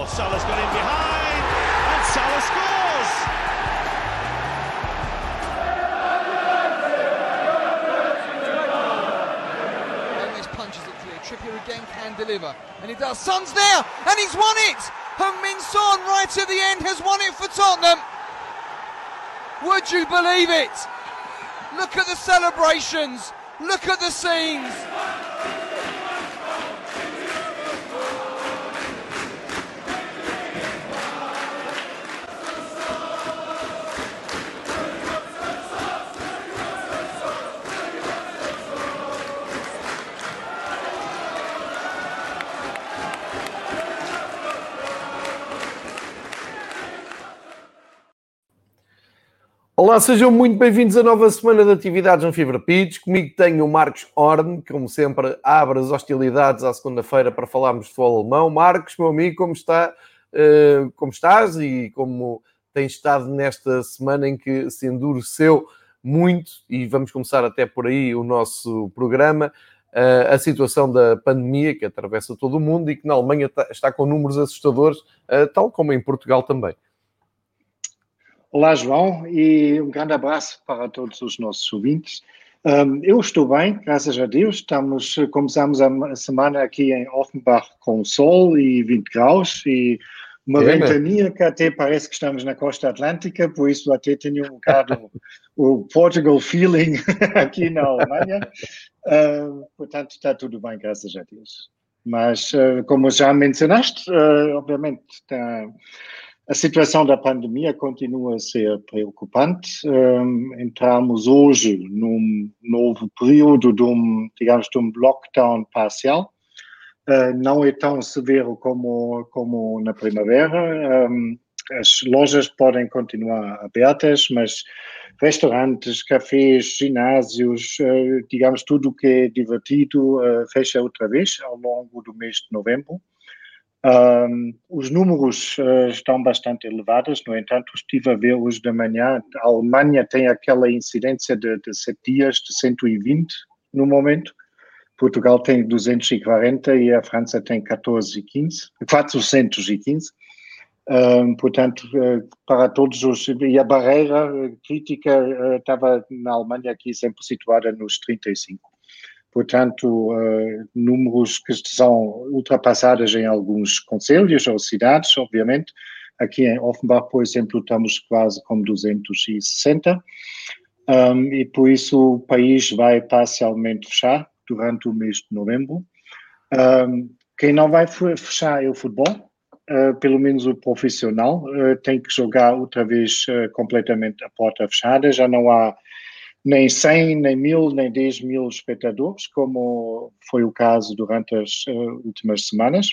Salah's got in behind, and Salah scores! Gomez punches it clear. Trippier again can deliver, and he does. Son's there, and he's won it! Heung-min Son, right at the end, has won it for Tottenham. Would you believe it? Look at the celebrations. Look at the scenes. Olá, sejam muito bem-vindos à nova semana de atividades no Fever Pitch. Comigo tenho o Marcos Horn, que, como sempre, abre as hostilidades à segunda-feira para falarmos de futebol alemão. Marcos, meu amigo, como está? Como estás e como tens estado nesta semana em que se endureceu muito, e vamos começar até por aí o nosso programa, a situação da pandemia que atravessa todo o mundo e que na Alemanha está com números assustadores, tal como em Portugal também. Olá, João, e um grande abraço para todos os nossos ouvintes. Eu estou bem, graças a Deus. Começamos a semana aqui em Offenbach com sol e 20 graus e uma ventania que até parece que estamos na costa atlântica, por isso até tenho um bocado o Portugal feeling aqui na Alemanha. Portanto, está tudo bem, graças a Deus. Mas, como já mencionaste, obviamente a situação da pandemia continua a ser preocupante. Entramos hoje num novo período de um lockdown parcial. Não é tão severo como na primavera. As lojas podem continuar abertas, mas restaurantes, cafés, ginásios, tudo o que é divertido, fecha outra vez ao longo do mês de novembro. Os números estão bastante elevados, no entanto, estive a ver hoje de manhã, a Alemanha tem aquela incidência de 7 dias de 120 no momento, Portugal tem 240 e a França tem 415. Portanto, para todos e a barreira crítica estava na Alemanha aqui sempre situada nos 35. Portanto, números que são ultrapassados em alguns concelhos ou cidades, obviamente. Aqui em Offenbach, por exemplo, estamos quase com 260. E por isso o país vai parcialmente fechar durante o mês de novembro. Quem não vai fechar é o futebol, pelo menos o profissional. Tem que jogar outra vez completamente a porta fechada. Já não há nem 100, nem 1000, nem 10 mil espectadores, como foi o caso durante as últimas semanas.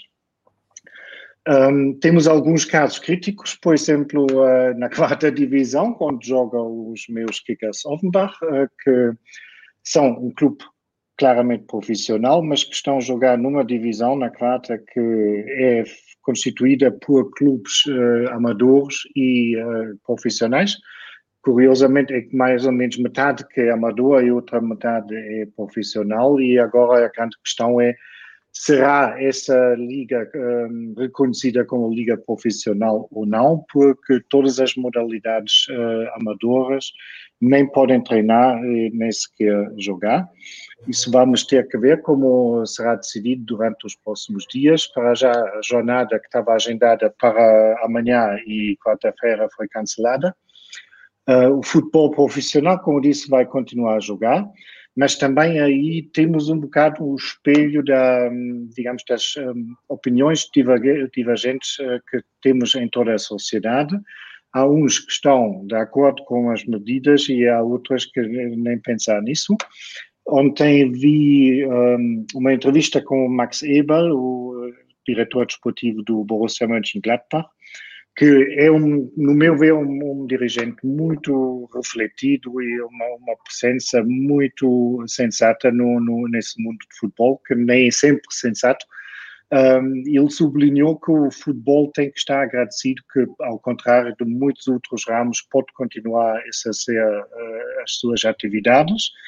Temos alguns casos críticos, por exemplo, na 4ª divisão, onde jogam os meus Kickers Offenbach, que são um clube claramente profissional, mas que estão a jogar numa divisão, na 4ª, que é constituída por clubes amadores e profissionais. Curiosamente, é que mais ou menos metade que é amador e outra metade é profissional, e agora a grande questão é: será essa liga reconhecida como liga profissional ou não? Porque todas as modalidades amadoras nem podem treinar nem sequer jogar. Isso vamos ter que ver como será decidido durante os próximos dias. Para já, a jornada que estava agendada para amanhã e quarta-feira foi cancelada. O futebol profissional, como disse, vai continuar a jogar, mas também aí temos um bocado o espelho das opiniões divergentes que temos em toda a sociedade. Há uns que estão de acordo com as medidas e há outros que nem pensar nisso. Ontem vi uma entrevista com o Max Eberl, o diretor desportivo do Borussia Mönchengladbach, que é, no meu ver, um dirigente muito refletido e uma presença muito sensata nesse mundo de futebol, que nem é sempre sensato. Ele sublinhou que o futebol tem que estar agradecido que, ao contrário de muitos outros ramos, pode continuar a exercer as suas atividades.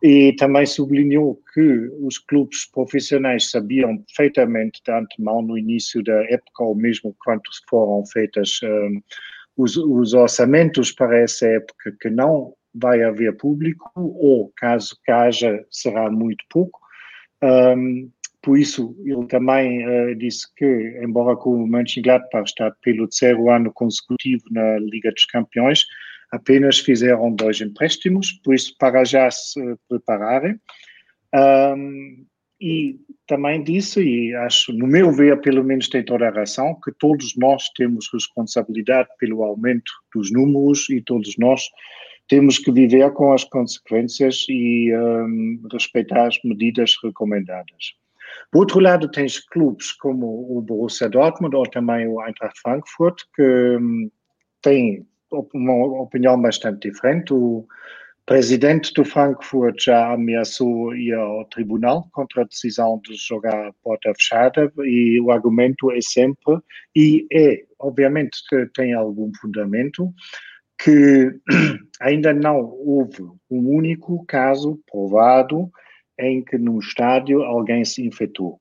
E também sublinhou que os clubes profissionais sabiam perfeitamente de antemão no início da época, ou mesmo quando foram feitas os orçamentos para essa época, que não vai haver público, ou caso que haja, será muito pouco. Por isso, ele também disse que, embora com o Mönchengladbach está pelo terceiro ano consecutivo na Liga dos Campeões, apenas fizeram 2 empréstimos, por isso para já se prepararem. E também disse, e acho, no meu ver, pelo menos tem toda a razão, que todos nós temos responsabilidade pelo aumento dos números e todos nós temos que viver com as consequências e respeitar as medidas recomendadas. Por outro lado, tens clubes como o Borussia Dortmund ou também o Eintracht Frankfurt, que têm uma opinião bastante diferente. O presidente do Frankfurt já ameaçou ir ao tribunal contra a decisão de jogar a porta fechada e o argumento é sempre, e obviamente tem algum fundamento, que ainda não houve um único caso provado em que no estádio alguém se infectou.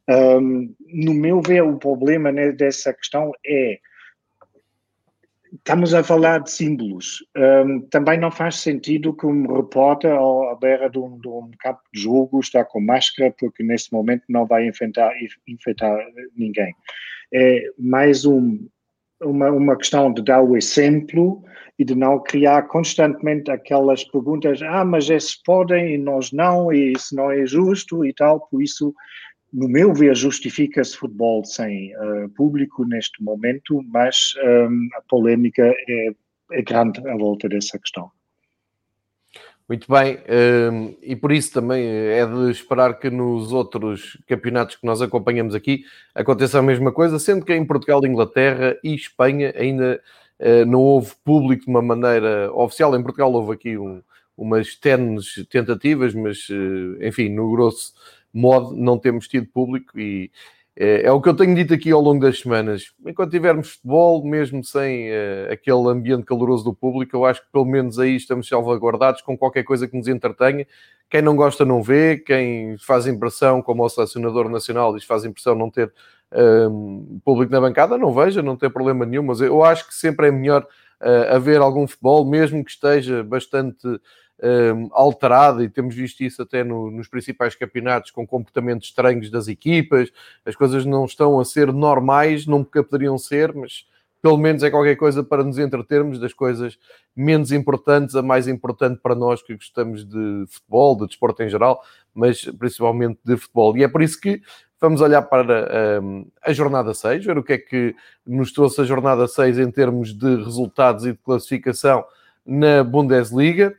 No meu ver, o problema dessa questão é estamos a falar de símbolos. Também não faz sentido que um repórter à beira de um campo de jogo está com máscara, porque nesse momento não vai infectar ninguém. É mais uma questão de dar o exemplo e de não criar constantemente aquelas perguntas, mas esses podem e nós não, e isso não é justo e tal, por isso, no meu ver, justifica-se futebol sem público neste momento, mas a polémica é grande à volta dessa questão. Muito bem, e por isso também é de esperar que nos outros campeonatos que nós acompanhamos aqui aconteça a mesma coisa, sendo que em Portugal, Inglaterra e Espanha ainda não houve público de uma maneira oficial. Em Portugal houve aqui umas tenues tentativas, mas enfim, no grosso modo não temos tido público e é o que eu tenho dito aqui ao longo das semanas. Enquanto tivermos futebol, mesmo sem aquele ambiente caloroso do público, eu acho que pelo menos aí estamos salvaguardados com qualquer coisa que nos entretenha. Quem não gosta não vê, quem faz impressão, como o selecionador nacional diz, faz impressão não ter público na bancada, não veja, não tem problema nenhum, mas eu acho que sempre é melhor haver algum futebol, mesmo que esteja bastante alterado, e temos visto isso até nos principais campeonatos, com comportamentos estranhos das equipas. As coisas não estão a ser normais, nunca poderiam ser, mas pelo menos é qualquer coisa para nos entretermos, das coisas menos importantes a mais importante para nós que gostamos de futebol, de desporto em geral, mas principalmente de futebol. E é por isso que vamos olhar para a jornada 6, ver o que é que nos trouxe a jornada 6 em termos de resultados e de classificação na Bundesliga.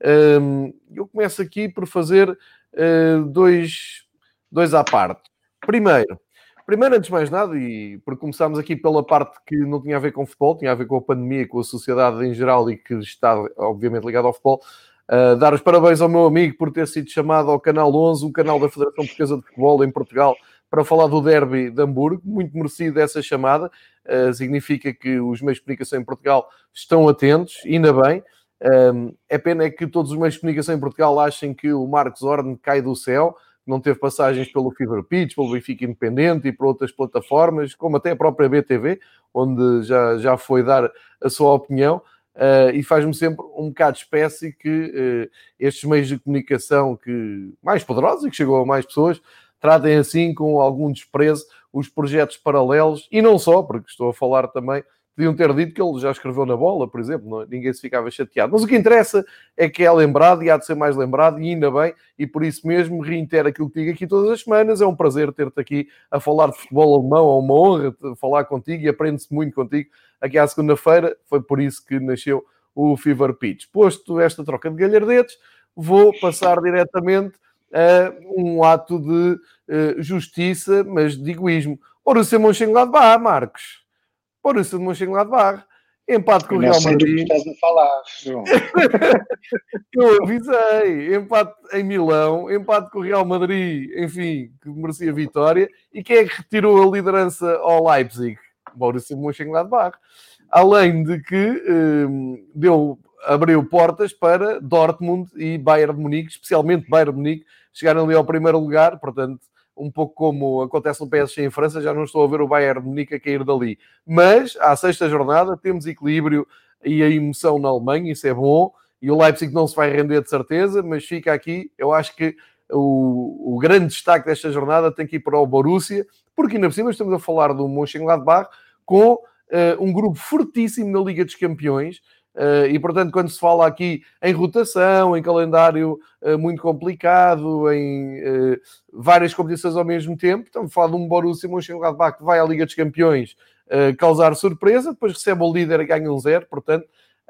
Eu começo aqui por fazer dois à parte. Primeiro, antes de mais nada, e por começarmos aqui pela parte que não tinha a ver com futebol, tinha a ver com a pandemia, com a sociedade em geral e que está obviamente ligada ao futebol, dar os parabéns ao meu amigo por ter sido chamado ao Canal 11, o canal da Federação Portuguesa de Futebol em Portugal, para falar do derby de Hamburgo. Muito merecido essa chamada. Significa que os meios de comunicação em Portugal estão atentos, ainda bem. É pena que todos os meios de comunicação em Portugal achem que o Marcos Orne cai do céu, não teve passagens pelo Fever Pitch, pelo Benfica Independente e por outras plataformas, como até a própria BTV, onde já foi dar a sua opinião, e faz-me sempre um bocado de espécie que estes meios de comunicação mais poderosos e que chegam a mais pessoas tratem assim com algum desprezo os projetos paralelos, e não só, porque estou a falar também. Podiam ter dito que ele já escreveu na bola, por exemplo, ninguém se ficava chateado. Mas o que interessa é que é lembrado e há de ser mais lembrado, e ainda bem, e por isso mesmo reitero aquilo que digo aqui todas as semanas. É um prazer ter-te aqui a falar de futebol alemão, é uma honra falar contigo e aprende-se muito contigo aqui à segunda-feira. Foi por isso que nasceu o Fever Pitch. Posto esta troca de galhardetes, vou passar diretamente a um ato de justiça, mas de egoísmo. Borussia Mönchengladbach, Marcos. Borussia de Mönchengladbach, empate com o Real Madrid. Não sei do que estás a falar, João. Eu avisei, empate em Milão, empate com o Real Madrid, enfim, que merecia vitória. E quem é que retirou a liderança ao Leipzig? Borussia de Mönchengladbach. Além de que deu abriu portas para Dortmund e Bayern de Munique, especialmente Bayern de Munique, chegarem ali ao primeiro lugar. Portanto, um pouco como acontece no PSG em França, já não estou a ver o Bayern de Munique a cair dali. Mas, à sexta jornada, temos equilíbrio e a emoção na Alemanha, isso é bom, e o Leipzig não se vai render de certeza, mas fica aqui, eu acho que o grande destaque desta jornada tem que ir para o Borussia, porque ainda por cima estamos a falar do Mönchengladbach com um grupo fortíssimo na Liga dos Campeões, e portanto quando se fala aqui em rotação, em calendário muito complicado, em várias competições ao mesmo tempo, estamos a falar de um Borussia Mönchengladbach que vai à Liga dos Campeões causar surpresa, depois recebe o líder e ganha 1-0, portanto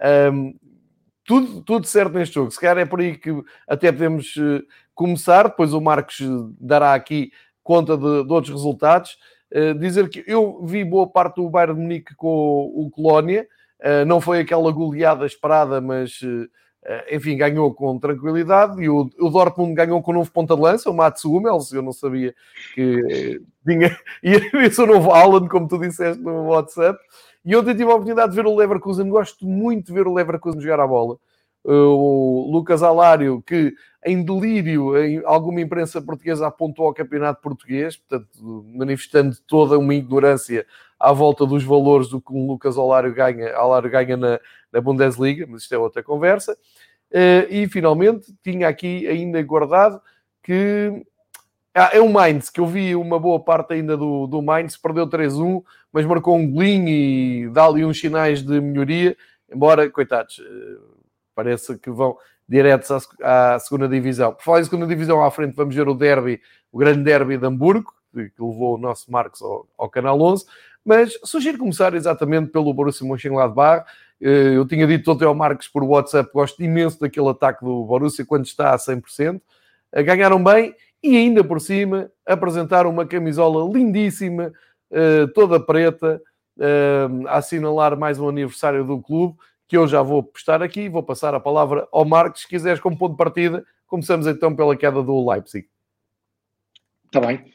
tudo certo neste jogo. Se calhar é por aí que até podemos começar, depois o Marcos dará aqui conta de outros resultados. Dizer que eu vi boa parte do Bayern de Munique com o Colónia, não foi aquela goleada esperada, mas enfim, ganhou com tranquilidade, e o Dortmund ganhou com o novo ponta de lança, o Mats Hummels. Eu não sabia que tinha, ia ser o novo Haaland, como tu disseste no WhatsApp. E ontem tive a oportunidade de ver o Leverkusen. Gosto muito de ver o Leverkusen jogar a bola. O Lucas Alário, que em delírio, em alguma imprensa portuguesa apontou ao campeonato português, portanto, manifestando toda uma ignorância à volta dos valores do que o Lucas Alário ganha na Bundesliga, mas isto é outra conversa. E finalmente tinha aqui ainda guardado que é o Mainz, que eu vi uma boa parte ainda do Mainz, perdeu 3-1, mas marcou um golinho e dá ali uns sinais de melhoria, embora, coitados, parece que vão diretos à segunda divisão. Por falar em segunda divisão, à frente vamos ver o derby, o grande derby de Hamburgo, que levou o nosso Marcos ao Canal 11, mas sugiro começar exatamente pelo Borussia Mönchengladbach. Eu tinha dito ontem ao Marcos por WhatsApp, gosto imenso daquele ataque do Borussia quando está a 100%. Ganharam bem e ainda por cima apresentaram uma camisola lindíssima, toda preta, a assinalar mais um aniversário do clube, que eu já vou postar aqui. Vou passar a palavra ao Marcos. Se quiseres, como ponto de partida, começamos então pela queda do Leipzig. Está bem.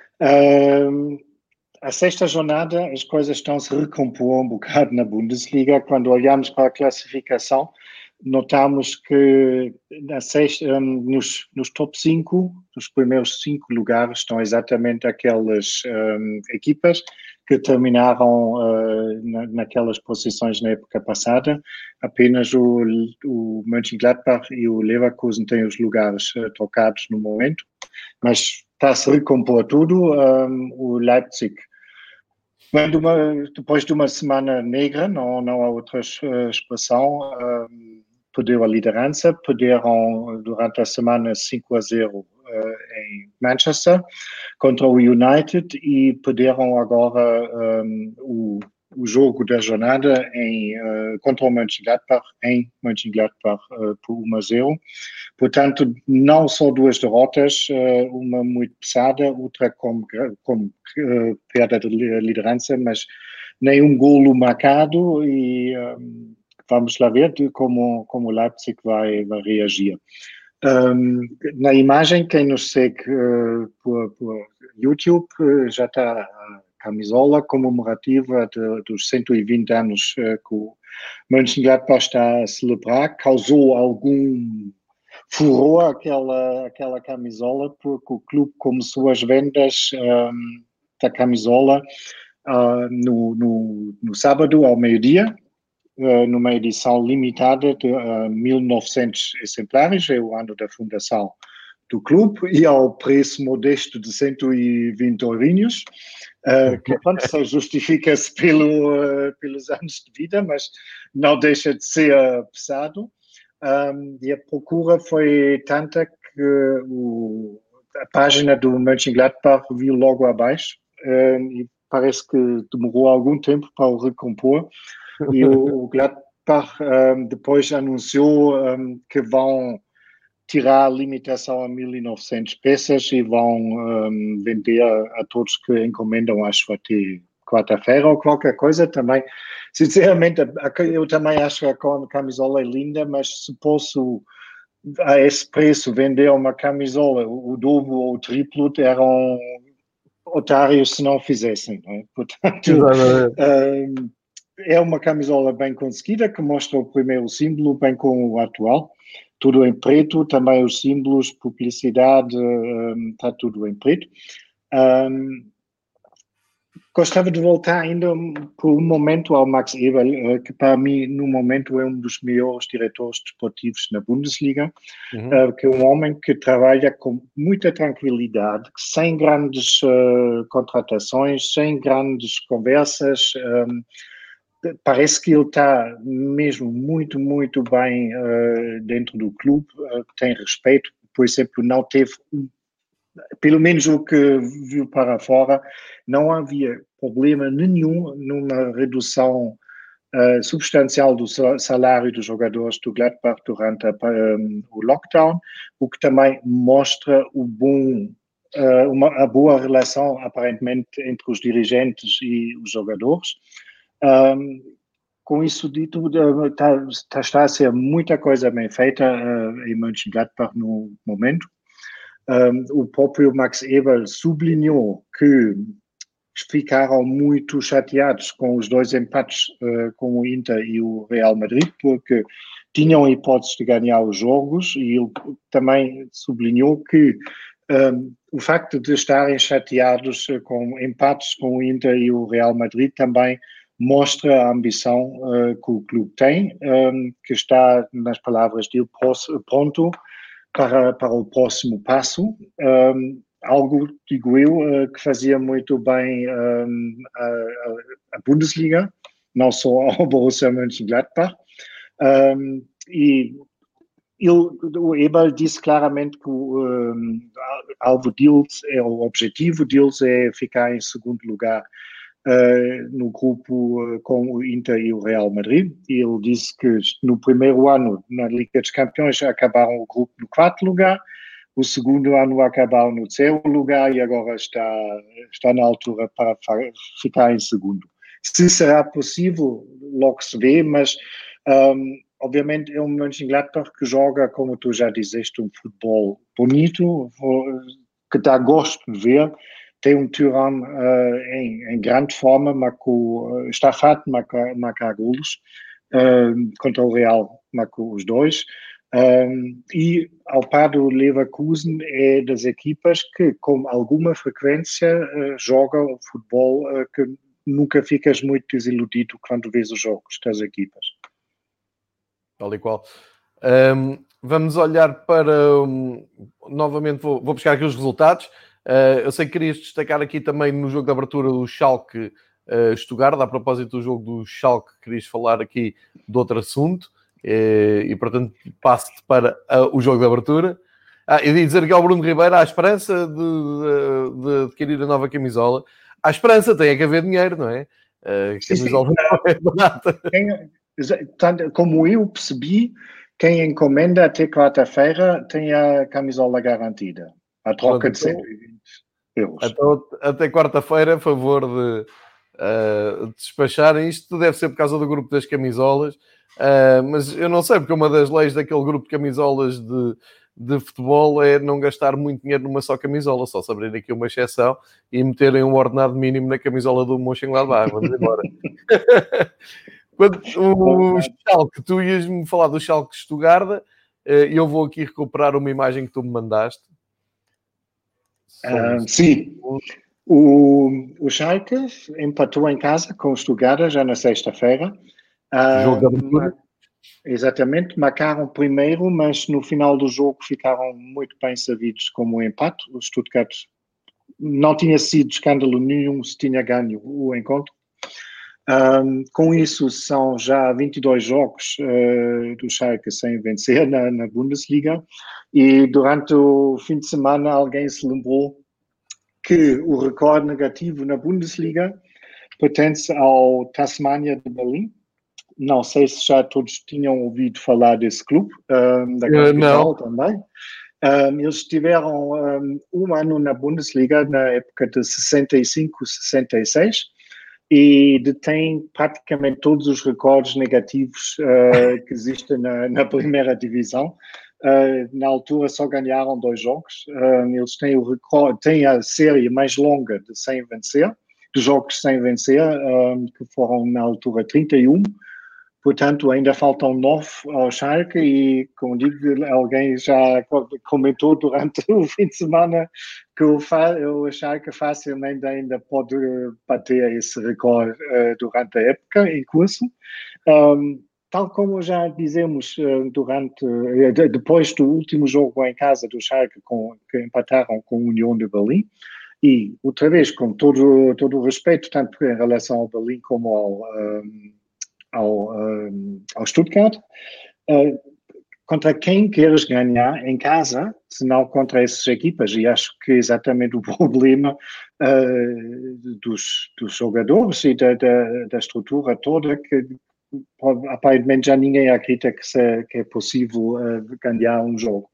A sexta jornada, as coisas estão-se a recompor um bocado na Bundesliga. Quando olhamos para a classificação, notamos que nos top 5, nos primeiros 5 lugares, estão exatamente aquelas equipas que terminaram naquelas posições na época passada. Apenas o Mönchengladbach e o Leverkusen têm os lugares trocados no momento, mas está-se a recompor tudo. O Leipzig, depois de uma semana negra, não há outra expressão, perdeu a liderança, perderam durante a semana 5-0 em Manchester contra o United e perderam agora o jogo da jornada contra o Mönchengladbach em Mönchengladbach por 1-0. Portanto, não só 2 derrotas, uma muito pesada, outra como perda de liderança, mas nenhum golo marcado, e vamos lá ver como o Leipzig vai reagir. Na imagem, quem nos segue por YouTube, já está a camisola comemorativa dos 120 anos que o Mönchengladbach está a celebrar. Causou algum furor aquela camisola, porque o clube começou as vendas da camisola no sábado ao meio-dia, numa edição limitada de 1.900 exemplares, é o ano da fundação do clube, e ao preço modesto de 120 eurinhos, que pronto, só justifica-se pelos anos de vida, mas não deixa de ser pesado. E a procura foi tanta que a página do Mönchengladbach viu logo abaixo, e parece que demorou algum tempo para o recompor. E o Gladbach depois anunciou que vão tirar a limitação a 1.900 peças e vão vender a todos que encomendam, acho, até quarta-feira ou qualquer coisa. Também, sinceramente, eu também acho que a camisola é linda, mas se posso a esse preço vender uma camisola, o dobro ou o triplo, eram otários se não fizessem, não é? Portanto, é uma camisola bem conseguida, que mostra o primeiro símbolo bem como o atual. Tudo em preto, também os símbolos, publicidade, está tudo em preto. Gostava de voltar ainda por um momento ao Max Eberl, que para mim, no momento, é um dos melhores diretores desportivos na Bundesliga, que é um homem que trabalha com muita tranquilidade, sem grandes contratações, sem grandes conversas. Parece que ele está mesmo muito, muito bem dentro do clube, tem respeito, por exemplo, não teve pelo menos o que viu para fora, não havia problema nenhum numa redução substancial do salário dos jogadores do Gladbach durante o lockdown, o que também mostra a boa relação, aparentemente, entre os dirigentes e os jogadores. Com isso dito, está a ser muita coisa bem feita em Mönchengladbach no momento. O próprio Max Eberl sublinhou que ficaram muito chateados com os 2 empates com o Inter e o Real Madrid, porque tinham hipóteses de ganhar os jogos, e ele também sublinhou que o facto de estarem chateados com empates com o Inter e o Real Madrid também mostra a ambição que o clube tem, que está, nas palavras dele, pronto para o próximo passo, algo, digo eu, que fazia muito bem a Bundesliga, não só ao Borussia Mönchengladbach. E o Eberl disse claramente que o alvo deles, o objetivo deles é ficar em segundo lugar no grupo com o Inter e o Real Madrid. E ele disse que no primeiro ano, na Liga dos Campeões, acabaram o grupo no 4º lugar, o segundo ano acabaram no 3º lugar e agora está na altura para ficar em segundo. Se será possível, logo se vê, mas obviamente é um Mönchengladbach que joga, como tu já disseste, um futebol bonito, que dá gosto de ver. Tem um Thuram em grande forma, está farto de marcar golos. Contra o Real marcou os 2. E ao par do Leverkusen, é das equipas que com alguma frequência jogam futebol, que nunca ficas muito desiludido quando vês os jogos das equipas. Tal e qual. Vamos olhar para... novamente vou buscar aqui os resultados. Eu sei que querias destacar aqui também no jogo de abertura do Schalke Stuttgart, a propósito do jogo do Schalke, querias falar aqui de outro assunto, e portanto passo-te para o jogo de abertura. Eu ia dizer aqui ao Bruno Ribeiro, há esperança de adquirir a nova camisola. Há esperança, tem que haver dinheiro, não é? Camisola não é barata. Como eu percebi, quem encomenda até quarta-feira tem a camisola garantida. A troca de 120 euros. Então, até quarta-feira, a favor de despacharem. Isto deve ser por causa do grupo das camisolas, mas eu não sei, porque uma das leis daquele grupo de camisolas de futebol é não gastar muito dinheiro numa só camisola, só se abrir aqui uma exceção e meterem um ordenado mínimo na camisola do Mönchengladbach. Vamos embora. O Schalke, tu ias-me falar do Schalke Stuttgart, e eu vou aqui recuperar uma imagem que tu me mandaste. Sim, o Schalke empatou em casa com o Stuttgart já na sexta-feira. Jogo de abertura. Exatamente, marcaram primeiro, mas no final do jogo ficaram muito bem servidos como um empate. O Stuttgart não tinha sido escândalo nenhum se tinha ganho o encontro. Com isso, são já 22 jogos do Schalke sem vencer na Bundesliga, e durante o fim de semana alguém se lembrou que o recorde negativo na Bundesliga pertence ao Tasmania de Berlim. Não sei se já todos tinham ouvido falar desse clube, da capital também. Eles tiveram um ano na Bundesliga na época de 65-66 e detém praticamente todos os recordes negativos que existem na primeira divisão. Na altura só ganharam 2 jogos. Eles têm o recorde, têm a série mais longa de sem vencer. de jogos sem vencer, que foram na altura 31. Portanto, ainda faltam 9 ao Schalke e, como digo, alguém já comentou durante o fim de semana que o Schalke facilmente ainda pode bater esse recorde durante a época em curso. Tal como já dizemos depois do último jogo em casa do Schalke, que empataram com a União de Berlim, e outra vez, com todo o respeito, tanto em relação ao Berlim como ao Stuttgart, contra quem queres ganhar em casa, se não contra essas equipas? E acho que é exatamente o problema dos jogadores e da estrutura toda, que aparentemente já ninguém acredita que é possível ganhar um jogo.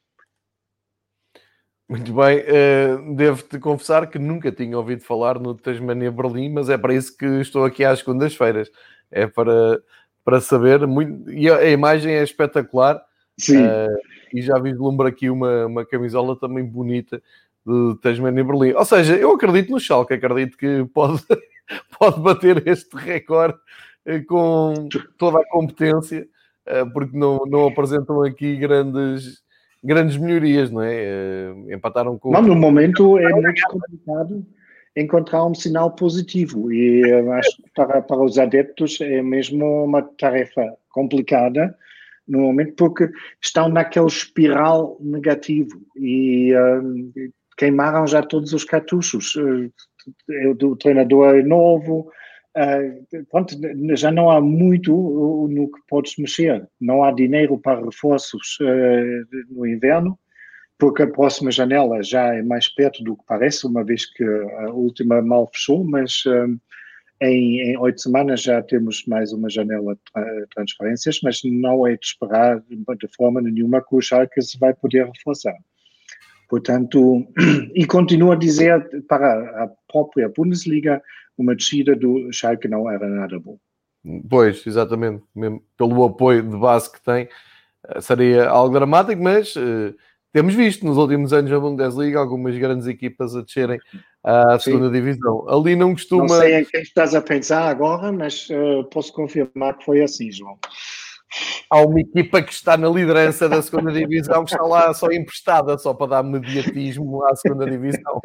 Muito bem, devo-te confessar que nunca tinha ouvido falar no Tasmania Berlim, mas é para isso que estou aqui às segundas-feiras. É para saber, muito, e a imagem é espetacular. Sim. E já vislumbro aqui uma camisola também bonita de Tasmania Berlim. Ou seja, eu acredito no Schalke, acredito que pode bater este recorde com toda a competência, porque não apresentam aqui grandes melhorias, não é? Empataram com... Não, no momento é muito complicado encontrar um sinal positivo e acho que para os adeptos é mesmo uma tarefa complicada no momento, porque estão naquele espiral negativo e queimaram já todos os cartuchos. O treinador é novo, pronto, já não há muito no que podes mexer. Não há dinheiro para reforços no inverno, porque a próxima janela já é mais perto do que parece, uma vez que a última mal fechou, mas em 8 semanas já temos mais uma janela de transferências, mas não é de esperar de forma nenhuma que o Schalke se vai poder reforçar. Portanto, e continuo a dizer, para a própria Bundesliga, uma descida do Schalke não era nada bom. Pois, exatamente, mesmo pelo apoio de base que tem, seria algo dramático, mas temos visto nos últimos anos na Bundesliga algumas grandes equipas a descerem à segunda divisão. Ali não costuma... Não sei em quem estás a pensar agora, mas posso confirmar que foi assim, João. Há uma equipa que está na liderança da segunda divisão, que está lá só emprestada, só para dar mediatismo à segunda divisão.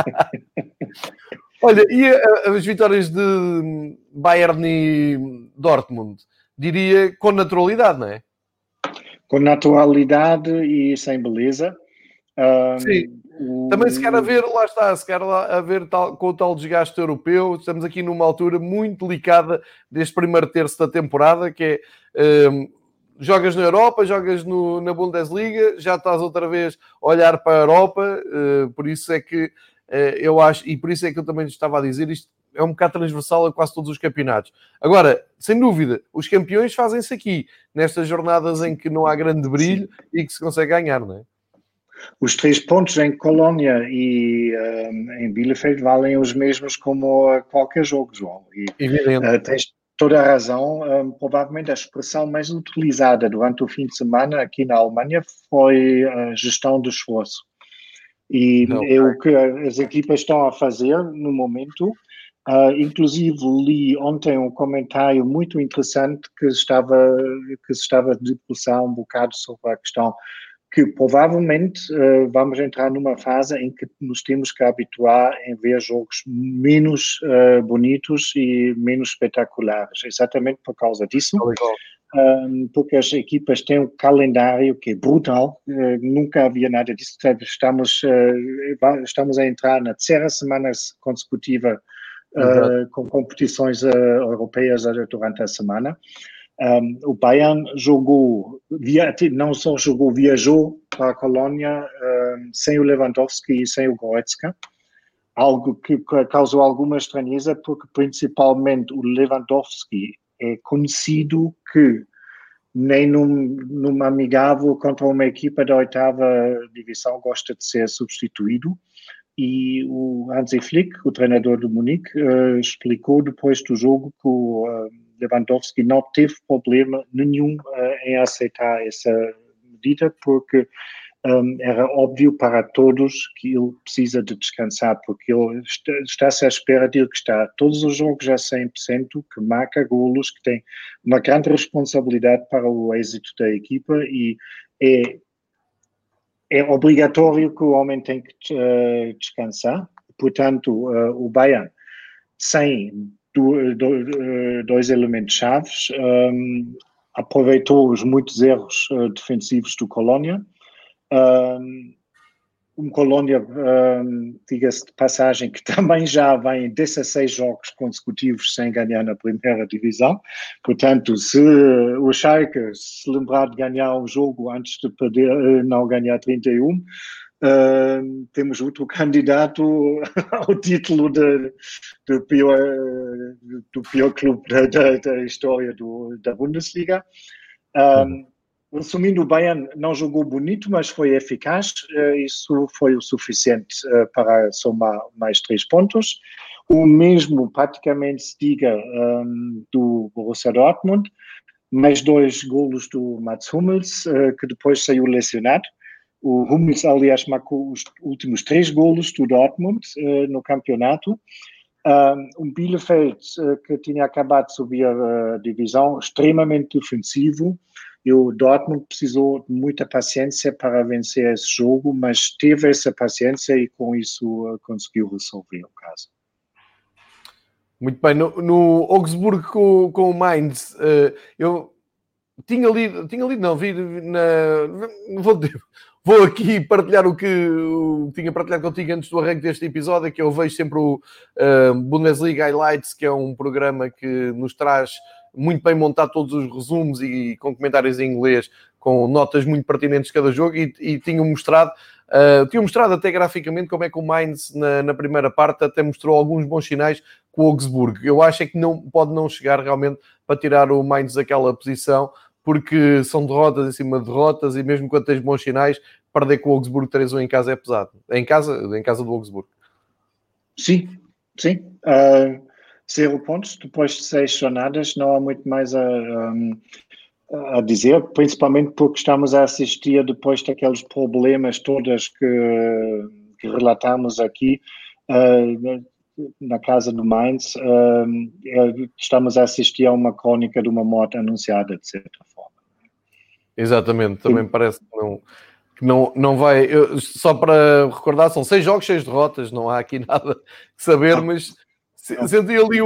Olha, e as vitórias de Bayern e Dortmund? Diria com naturalidade, não é? Com naturalidade e sem beleza. Sim. Também se quer haver, lá está, se quer haver com o tal desgaste europeu, estamos aqui numa altura muito delicada deste primeiro terço da temporada, que é jogas na Europa, jogas na Bundesliga, já estás outra vez a olhar para a Europa, por isso é que eu acho, e por isso é que eu também estava a dizer, isto é um bocado transversal a quase todos os campeonatos. Agora, sem dúvida, os campeões fazem-se aqui, nestas jornadas em que não há grande brilho e que se consegue ganhar, não é? Os 3 pontos em Colónia e em Bielefeld valem os mesmos como qualquer jogo, João. E, evidente. Tens toda a razão. Provavelmente a expressão mais utilizada durante o fim de semana aqui na Alemanha foi a gestão do esforço. E é o que as equipas estão a fazer no momento. Inclusive li ontem um comentário muito interessante que se estava a debruçar um bocado sobre a questão que provavelmente vamos entrar numa fase em que nos temos que habituar em ver jogos menos bonitos e menos espetaculares, exatamente por causa disso, porque as equipas têm um calendário que é brutal, nunca havia nada disso, estamos a entrar na 3ª semana consecutiva com competições europeias durante a semana. O Bayern não só viajou para a Colónia sem o Lewandowski e sem o Goretzka, algo que causou alguma estranheza, porque principalmente o Lewandowski é conhecido que nem num amigável contra uma equipa da 8ª divisão gosta de ser substituído. E o Hansi Flick, o treinador do Munique, explicou depois do jogo que o Lewandowski não teve problema nenhum em aceitar essa medida, porque era óbvio para todos que ele precisa de descansar, porque ele está-se à espera dele que está todos os jogos a 100%, que marca golos, que tem uma grande responsabilidade para o êxito da equipa e é obrigatório que o homem tem que descansar. Portanto, o Bayern, sem dois elementos chaves, aproveitou os muitos erros defensivos do Colónia. Colónia, diga-se de passagem, que também já vem 16 jogos consecutivos sem ganhar na primeira divisão. Portanto, se o Schalke se lembrar de ganhar um jogo antes de perder, não ganhar 31, temos outro candidato ao título do pior clube da história da Bundesliga. Resumindo, o Bayern não jogou bonito, mas foi eficaz. Isso foi o suficiente para somar mais 3 pontos. O mesmo praticamente se diga do Borussia Dortmund, mais 2 golos do Mats Hummels, que depois saiu lesionado. O Hummels, aliás, marcou os últimos 3 golos do Dortmund no campeonato. Bielefeld, que tinha acabado de subir a divisão, extremamente defensivo. E o Dortmund precisou de muita paciência para vencer esse jogo, mas teve essa paciência e com isso conseguiu resolver o caso. Muito bem. No Augsburg com o Mainz, eu tinha lido, não, vi vou aqui partilhar o que tinha partilhado contigo antes do arranque deste episódio, que eu vejo sempre o Bundesliga Highlights, que é um programa que nos traz muito bem montado todos os resumos e com comentários em inglês, com notas muito pertinentes de cada jogo, e tinham mostrado até graficamente como é que o Mainz na primeira parte até mostrou alguns bons sinais com o Augsburg. Eu acho é que pode não chegar realmente para tirar o Mainz daquela posição, porque são derrotas em cima de derrotas, e mesmo quando tens bons sinais, perder com o Augsburg 3-1 em casa é pesado. Em casa do Augsburg. Sim. 0 pontos, depois de 6 jornadas, não há muito mais a dizer, principalmente porque estamos a assistir depois daqueles problemas todos que relatamos aqui na casa do Mainz, estamos a assistir a uma crónica de uma morte anunciada, de certa forma. Exatamente, também parece que não vai... só para recordar, são 6 jogos, 6 derrotas, não há aqui nada que saber, mas senti ali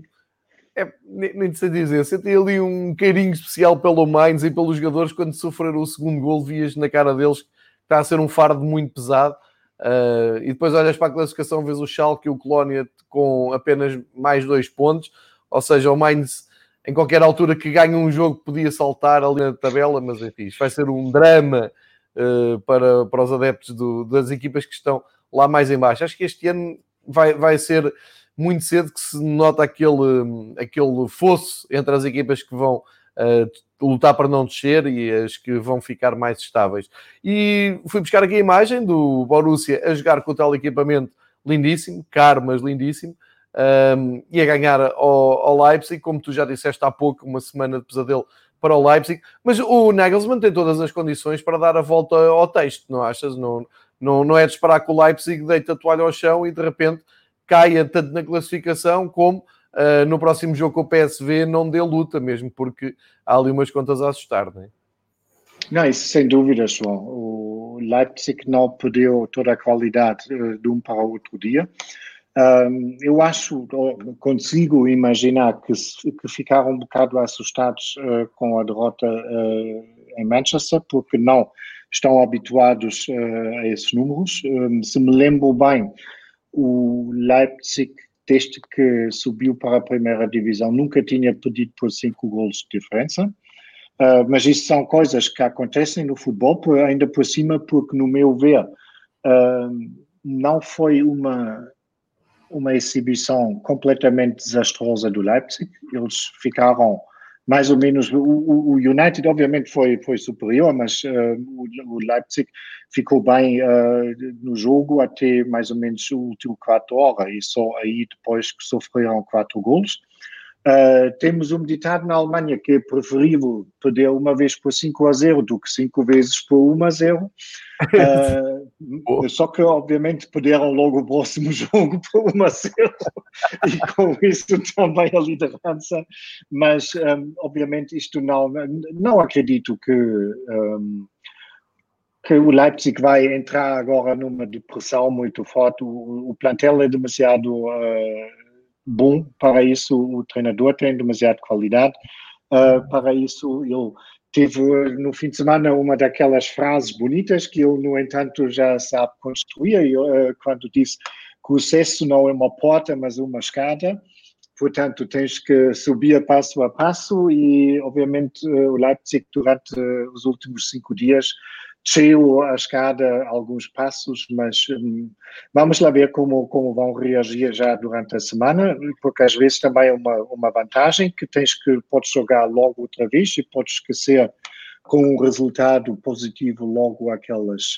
nem sei dizer, senti ali um carinho especial pelo Mainz e pelos jogadores. Quando sofreram o segundo gol, vias na cara deles que está a ser um fardo muito pesado, e depois olhas para a classificação, vês o Schalke e o Colónia com apenas mais 2 pontos, ou seja, o Mainz em qualquer altura que ganha um jogo podia saltar ali na tabela, mas enfim, isto vai ser um drama para os adeptos das equipas que estão lá mais em baixo. Acho que este ano vai ser muito cedo que se nota aquele fosso entre as equipas que vão lutar para não descer e as que vão ficar mais estáveis. E fui buscar aqui a imagem do Borussia a jogar com o tal equipamento lindíssimo, caro, mas lindíssimo, e a ganhar ao Leipzig, como tu já disseste há pouco, uma semana de pesadelo para o Leipzig, mas o Nagelsmann tem todas as condições para dar a volta ao texto, não achas? Não é de esperar que o Leipzig deite a toalha ao chão e de repente caia tanto na classificação como no próximo jogo com o PSV não dê luta mesmo, porque há ali umas contas a assustar, não é? Não, isso sem dúvida, João. O Leipzig não perdeu toda a qualidade de um para o outro dia. Eu consigo imaginar que ficaram um bocado assustados com a derrota em Manchester, porque não estão habituados a esses números. Se me lembro bem, o Leipzig, desde que subiu para a primeira divisão, nunca tinha perdido por 5 golos de diferença. Mas isso são coisas que acontecem no futebol, ainda por cima, porque, no meu ver, não foi uma exibição completamente desastrosa do Leipzig. Eles ficaram mais ou menos... O United, obviamente, foi superior, mas o Leipzig ficou bem no jogo até mais ou menos o último 4 horas, e só aí depois que sofreram 4 golos. Temos um ditado na Alemanha que é preferível perder uma vez por 5-0 do que 5 vezes por 1-0. Só que, obviamente, perderam logo o próximo jogo por 1-0 e com isso também a liderança. Mas, obviamente, isto não acredito que o Leipzig vai entrar agora numa depressão muito forte. O plantel é demasiado bom para isso, o treinador tem demasiada qualidade para isso. Ele teve no fim de semana uma daquelas frases bonitas que ele, no entanto, já sabe construir, quando disse que o sucesso não é uma porta, mas uma escada. Portanto, tens que subir passo a passo e, obviamente, o Leipzig, durante os últimos 5 dias, desceu a escada alguns passos, mas vamos lá ver como vão reagir já durante a semana, porque às vezes também é uma vantagem que podes jogar logo outra vez e podes esquecer com um resultado positivo logo aqueles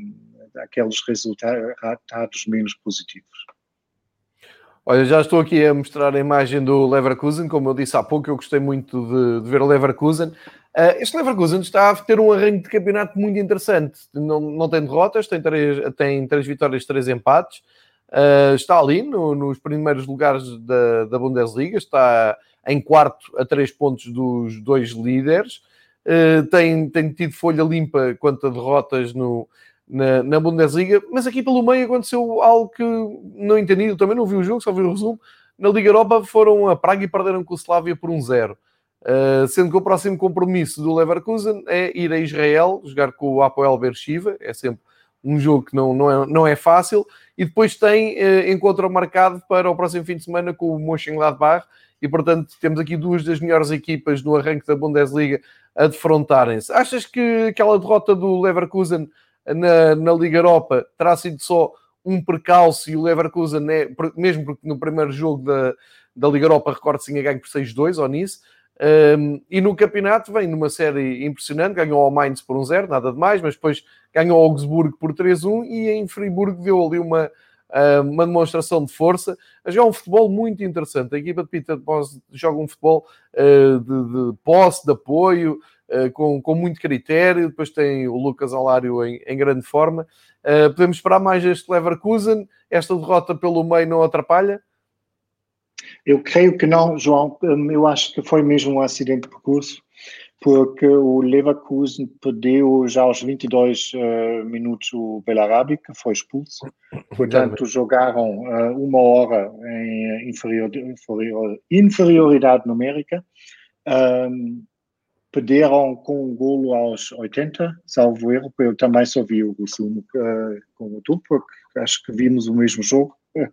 resultados menos positivos. Olha, já estou aqui a mostrar a imagem do Leverkusen, como eu disse há pouco, eu gostei muito de ver o Leverkusen. Este Leverkusen está a ter um arranque de campeonato muito interessante. Não tem derrotas, tem 3 vitórias, 3 empates. Está ali nos primeiros lugares da Bundesliga, está em quarto a 3 pontos dos 2 líderes. Tem tido folha limpa quanto a derrotas na Bundesliga, mas aqui pelo meio aconteceu algo que não entendi, eu também não vi o jogo, só vi o resumo. Na Liga Europa foram a Praga e perderam com o Slavia por 1-0. Sendo que o próximo compromisso do Leverkusen é ir a Israel, jogar com o Hapoel Beersheva, é sempre um jogo que não é fácil, e depois tem encontro marcado para o próximo fim de semana com o Mönchengladbach, e portanto temos aqui 2 das melhores equipas no arranque da Bundesliga a defrontarem-se. Achas que aquela derrota do Leverkusen na Liga Europa terá sido só um percalço e o Leverkusen, mesmo porque no primeiro jogo da Liga Europa, recordo-se, tinha ganho por 6-2 ao Nice, e no campeonato vem numa série impressionante, ganhou ao Mainz por 1-0, nada de mais, mas depois ganhou ao Augsburgo por 3-1 e em Friburgo deu ali uma demonstração de força, a jogar um futebol muito interessante. A equipa de Peter Bosz joga um futebol de posse, de apoio, com muito critério. Depois tem o Lucas Alário em grande forma. Podemos esperar mais este Leverkusen? Esta derrota pelo meio não atrapalha? Eu creio que não, João. Eu acho que foi mesmo um acidente de percurso, porque o Leverkusen perdeu já aos 22 minutos o Bellarabi, que foi expulso. Portanto, jogaram 1 hora em inferioridade numérica. Perderam com um golo aos 80, salvo erro. Eu também só vi o resumo como tu, porque acho que vimos o mesmo jogo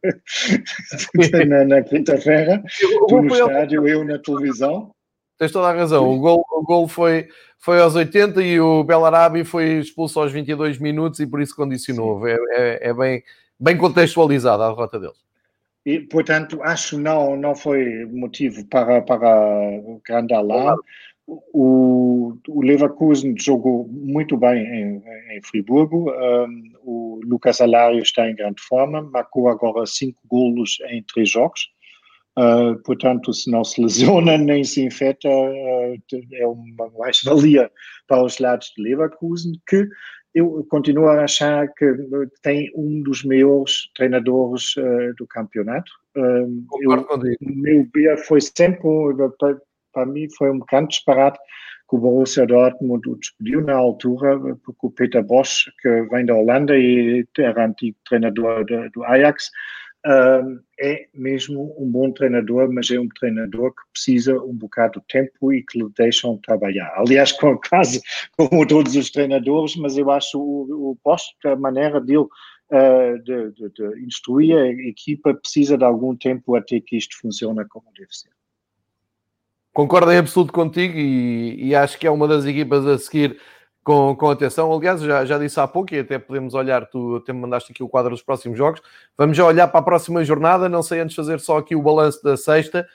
na quinta-feira. Tu no estádio, eu na televisão. Tens toda a razão. O gol foi aos 80 e o Bellarabi foi expulso aos 22 minutos e por isso condicionou. É bem contextualizada a derrota deles. E, portanto, acho não foi motivo para grande alarme. O Leverkusen jogou muito bem em Friburgo. O Lucas Alário está em grande forma, marcou agora 5 golos em 3 jogos. Portanto, se não se lesiona nem se infecta, é uma mais-valia para os lados de Leverkusen, que eu continuo a achar que tem um dos maiores treinadores do campeonato. O meu ver foi sempre, para mim, foi um bocado disparado que o Borussia Dortmund o despediu na altura, porque o Peter Bosz, que vem da Holanda e era antigo treinador do Ajax, é mesmo um bom treinador, mas é um treinador que precisa um bocado de tempo e que lhe deixam trabalhar. Aliás, quase como todos os treinadores, mas eu acho o Bosz, a maneira dele de instruir a equipa, precisa de algum tempo até que isto funcione como deve ser. Concordo em absoluto contigo e acho que é uma das equipas a seguir com atenção. Aliás, já disse há pouco e até podemos olhar, tu até me mandaste aqui o quadro dos próximos jogos. Vamos já olhar para a próxima jornada, não sei antes fazer só aqui o balanço da sexta,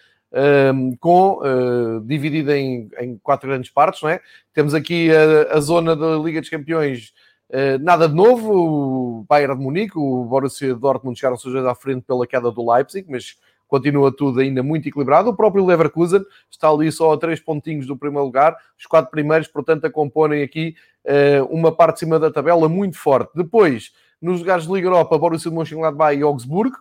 dividida em 4 grandes partes, não é? Temos aqui a zona da Liga dos Campeões, nada de novo, o Bayern de Munique, o Borussia Dortmund chegaram-se os dois à frente pela queda do Leipzig, mas continua tudo ainda muito equilibrado. O próprio Leverkusen está ali só a 3 pontinhos do primeiro lugar. Os 4 primeiros, portanto, a comporem aqui uma parte de cima da tabela muito forte. Depois, nos lugares de Liga Europa, Borussia Mönchengladbach e Augsburgo,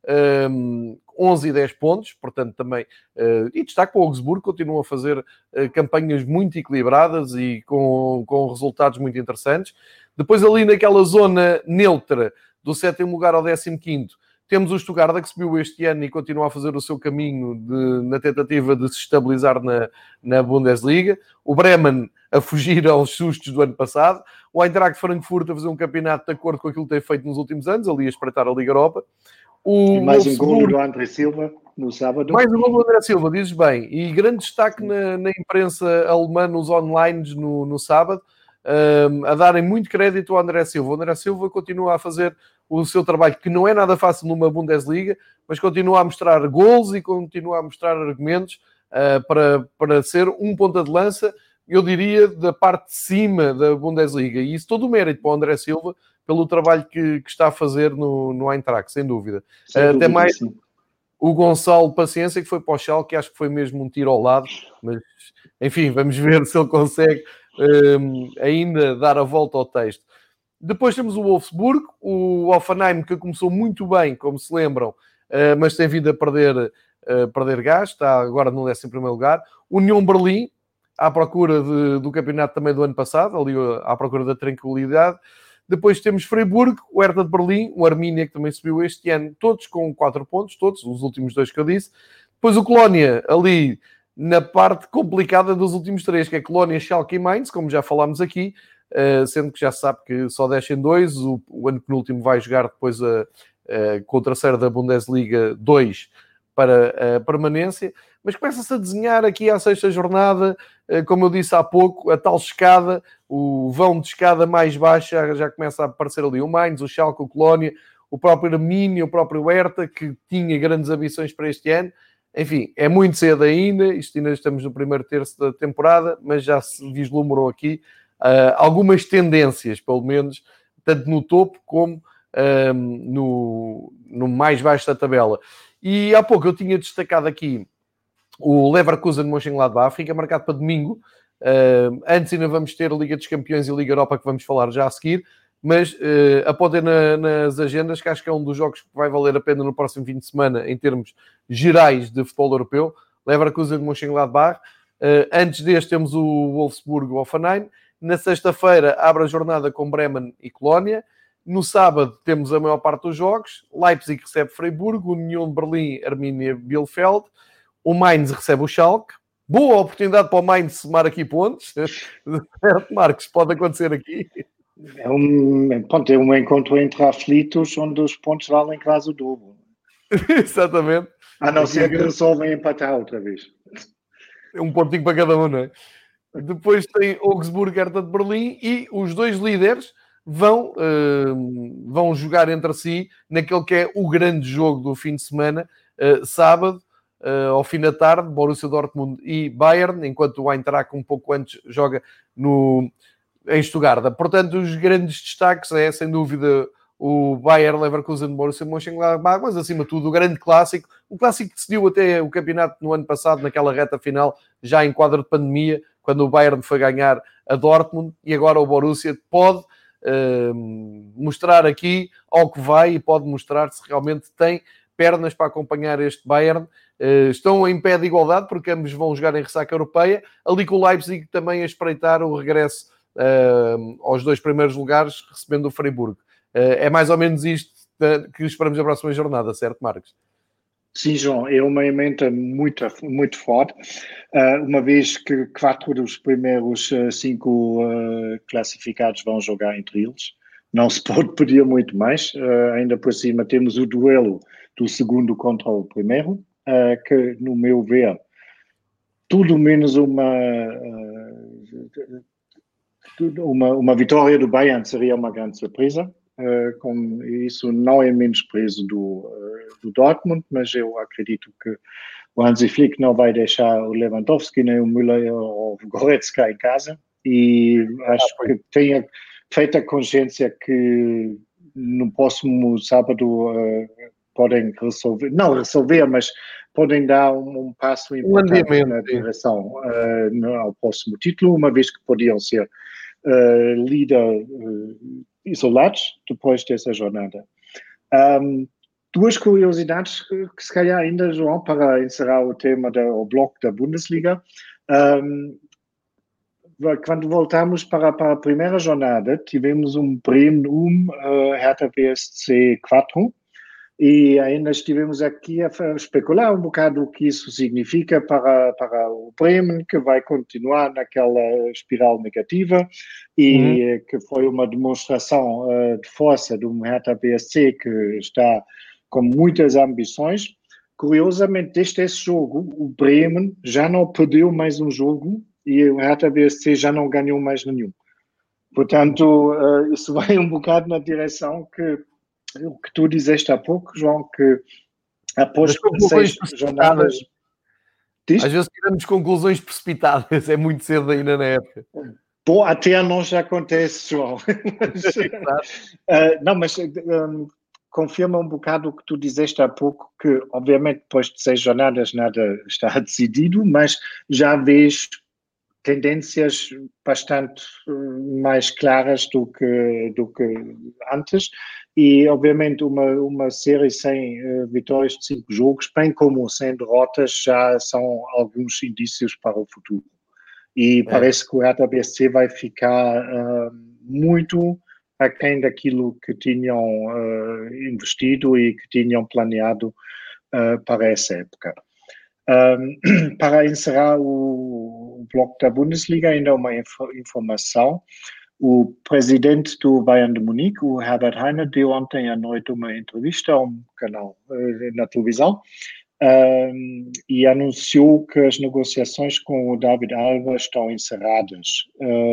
11 e 10 pontos, portanto também, e destaque para o Augsburgo, continuam a fazer campanhas muito equilibradas e com resultados muito interessantes. Depois ali naquela zona neutra, do 7º lugar ao 15º, temos o Stuttgart que subiu este ano e continua a fazer o seu caminho na tentativa de se estabilizar na Bundesliga. O Bremen a fugir aos sustos do ano passado. O Eintracht Frankfurt a fazer um campeonato de acordo com aquilo que tem feito nos últimos anos, ali a espreitar a Liga Europa. E mais um gol do André Silva no sábado. Mais um gol do André Silva, dizes bem. E grande destaque na imprensa alemã, nos online no sábado, a darem muito crédito ao André Silva. O André Silva continua a fazer o seu trabalho, que não é nada fácil numa Bundesliga, mas continua a mostrar golos e continua a mostrar argumentos para ser um ponta de lança, eu diria, da parte de cima da Bundesliga. E isso todo o mérito para o André Silva, pelo trabalho que está a fazer no Eintracht, sem dúvida. Até mais sim. O Gonçalo Paciência, que foi para o Schalke, que acho que foi mesmo um tiro ao lado, mas enfim, vamos ver se ele consegue ainda dar a volta ao texto. Depois temos o Wolfsburg, o Hoffenheim, que começou muito bem, como se lembram, mas tem vindo a perder gás, está agora no 11º lugar. União Berlim, à procura do campeonato também do ano passado, ali à procura da tranquilidade. Depois temos Freiburg, o Hertha de Berlim, o Arminia, que também subiu este ano, todos com 4 pontos, todos, os últimos 2 que eu disse. Depois o Colónia, ali na parte complicada dos últimos 3, que é Colónia, Schalke e Mainz, como já falámos aqui, sendo que já se sabe que só descem 2, o ano penúltimo vai jogar depois com o terceiro da Bundesliga 2 para a permanência, mas começa-se a desenhar aqui à 6ª jornada, como eu disse há pouco, a tal escada, o vão de escada mais baixa, já começa a aparecer ali o Mainz, o Schalke, o Colónia, o próprio Arminia, o próprio Hertha, que tinha grandes ambições para este ano. Enfim, é muito cedo ainda, isto ainda estamos no primeiro terço da temporada, mas já se vislumbram aqui algumas tendências, pelo menos, tanto no topo como no mais baixo da tabela. E há pouco eu tinha destacado aqui o Leverkusen Mönchengladbach, fica marcado para domingo. Antes ainda vamos ter a Liga dos Campeões e a Liga Europa, que vamos falar já a seguir, mas apontem nas agendas, que acho que é um dos jogos que vai valer a pena no próximo fim de semana, em termos gerais de futebol europeu. Leverkusen Mönchengladbach. Antes deste temos o Wolfsburg-Hoffenheim. Na sexta-feira abre a jornada com Bremen e Colónia. No sábado temos a maior parte dos jogos. Leipzig recebe Freiburg, União de Berlim, Arminia, Bielefeld. O Mainz recebe o Schalke. Boa oportunidade para o Mainz somar aqui pontos. Certo, Marcos? Pode acontecer aqui. É um encontro entre aflitos onde os pontos valem quase o dobro. Exatamente. A não ser que resolvem empatar outra vez. Um pontinho para cada um, não é? Depois tem Augsburg, Hertha de Berlim, e os 2 líderes vão jogar entre si naquele que é o grande jogo do fim de semana, sábado, ao fim da tarde, Borussia Dortmund e Bayern, enquanto o Eintracht um pouco antes joga em Stuttgart. Portanto, os grandes destaques é, sem dúvida, o Bayer Leverkusen, Borussia Mönchengladbach, mas acima de tudo o grande clássico, um clássico que decidiu até o campeonato no ano passado, naquela reta final, já em quadro de pandemia, quando o Bayern foi ganhar a Dortmund, e agora o Borussia pode mostrar aqui ao que vai e pode mostrar se realmente tem pernas para acompanhar este Bayern. Estão em pé de igualdade, porque ambos vão jogar em ressaca europeia, ali com o Leipzig também a espreitar o regresso aos 2 primeiros lugares, recebendo o Freiburg. É mais ou menos isto que esperamos na próxima jornada, certo, Marcos? Sim, João, é uma emenda muito, muito forte, uma vez que 4 dos primeiros 5 classificados vão jogar entre eles. Não se pode pedir muito mais. Ainda por cima temos o duelo do segundo contra o primeiro, que, no meu ver, tudo menos uma vitória do Bayern seria uma grande surpresa. Com isso não é menosprezo do Dortmund, mas eu acredito que o Hansi Flick não vai deixar o Lewandowski, nem o Müller ou o Goretzka em casa, e acho que tenha feito a consciência que no próximo sábado podem resolver, não resolver, mas podem dar um passo importante na direção ao próximo título, uma vez que podiam ser líder isolados depois dessa jornada. Duas curiosidades que se calhar ainda, João, para encerrar o tema do bloco da Bundesliga. Quando voltamos para a primeira jornada, tivemos Bremen Hertha BSC 4, e ainda estivemos aqui a especular um bocado o que isso significa para o Bremen, que vai continuar naquela espiral negativa, e que foi uma demonstração de força do Hertha BSC, que está com muitas ambições. Curiosamente, desde esse jogo, o Bremen já não perdeu mais um jogo, e o Hertha BSC já não ganhou mais nenhum. Portanto, isso vai um bocado na direção que o que tu disseste há pouco, João, que após 6 jornadas... Às vezes tiramos conclusões precipitadas, é muito cedo ainda na época. Bom, até a nós já acontece, João. mas confirma um bocado o que tu disseste há pouco, que obviamente depois de 6 jornadas nada está decidido, mas já vês tendências bastante mais claras do que antes, e obviamente uma série sem vitórias de 5 jogos, bem como sem derrotas, já são alguns indícios para o futuro. E parece que o Hertha BSC vai ficar muito aquém daquilo que tinham investido e que tinham planeado para essa época. Para encerrar o bloco da Bundesliga, ainda uma informação. O presidente do Bayern de Munique, o Herbert Hainer, deu ontem à noite uma entrevista a um canal na televisão e anunciou que as negociações com o David Alaba estão encerradas.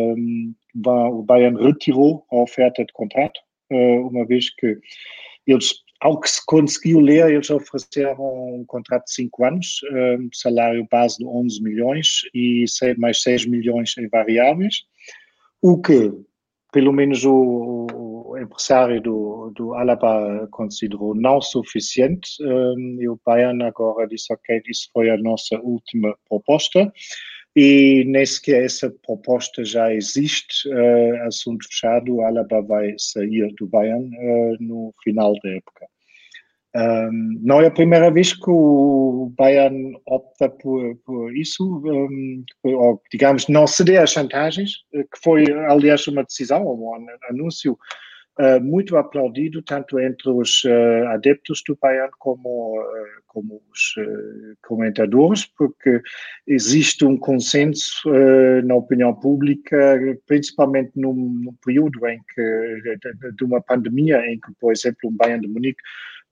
O Bayern retirou a oferta de contrato, uma vez que eles, ao que se conseguiu ler, eles ofereceram um contrato de 5 anos, salário base de 11 milhões e mais 6 milhões em variáveis, o que, pelo menos o empresário do Alaba considerou não suficiente, e o Bayern agora disse, ok, isso foi a nossa última proposta, e nem sequer essa proposta já existe, assunto fechado, o Alaba vai sair do Bayern no final da época. Não é a primeira vez que o Bayern opta por isso, ou, digamos, não ceder às chantagens, que foi, aliás, uma decisão, um anúncio muito aplaudido, tanto entre os adeptos do Bayern como os comentadores, porque existe um consenso na opinião pública, principalmente num período em que, de uma pandemia, em que, por exemplo, o Bayern de Munique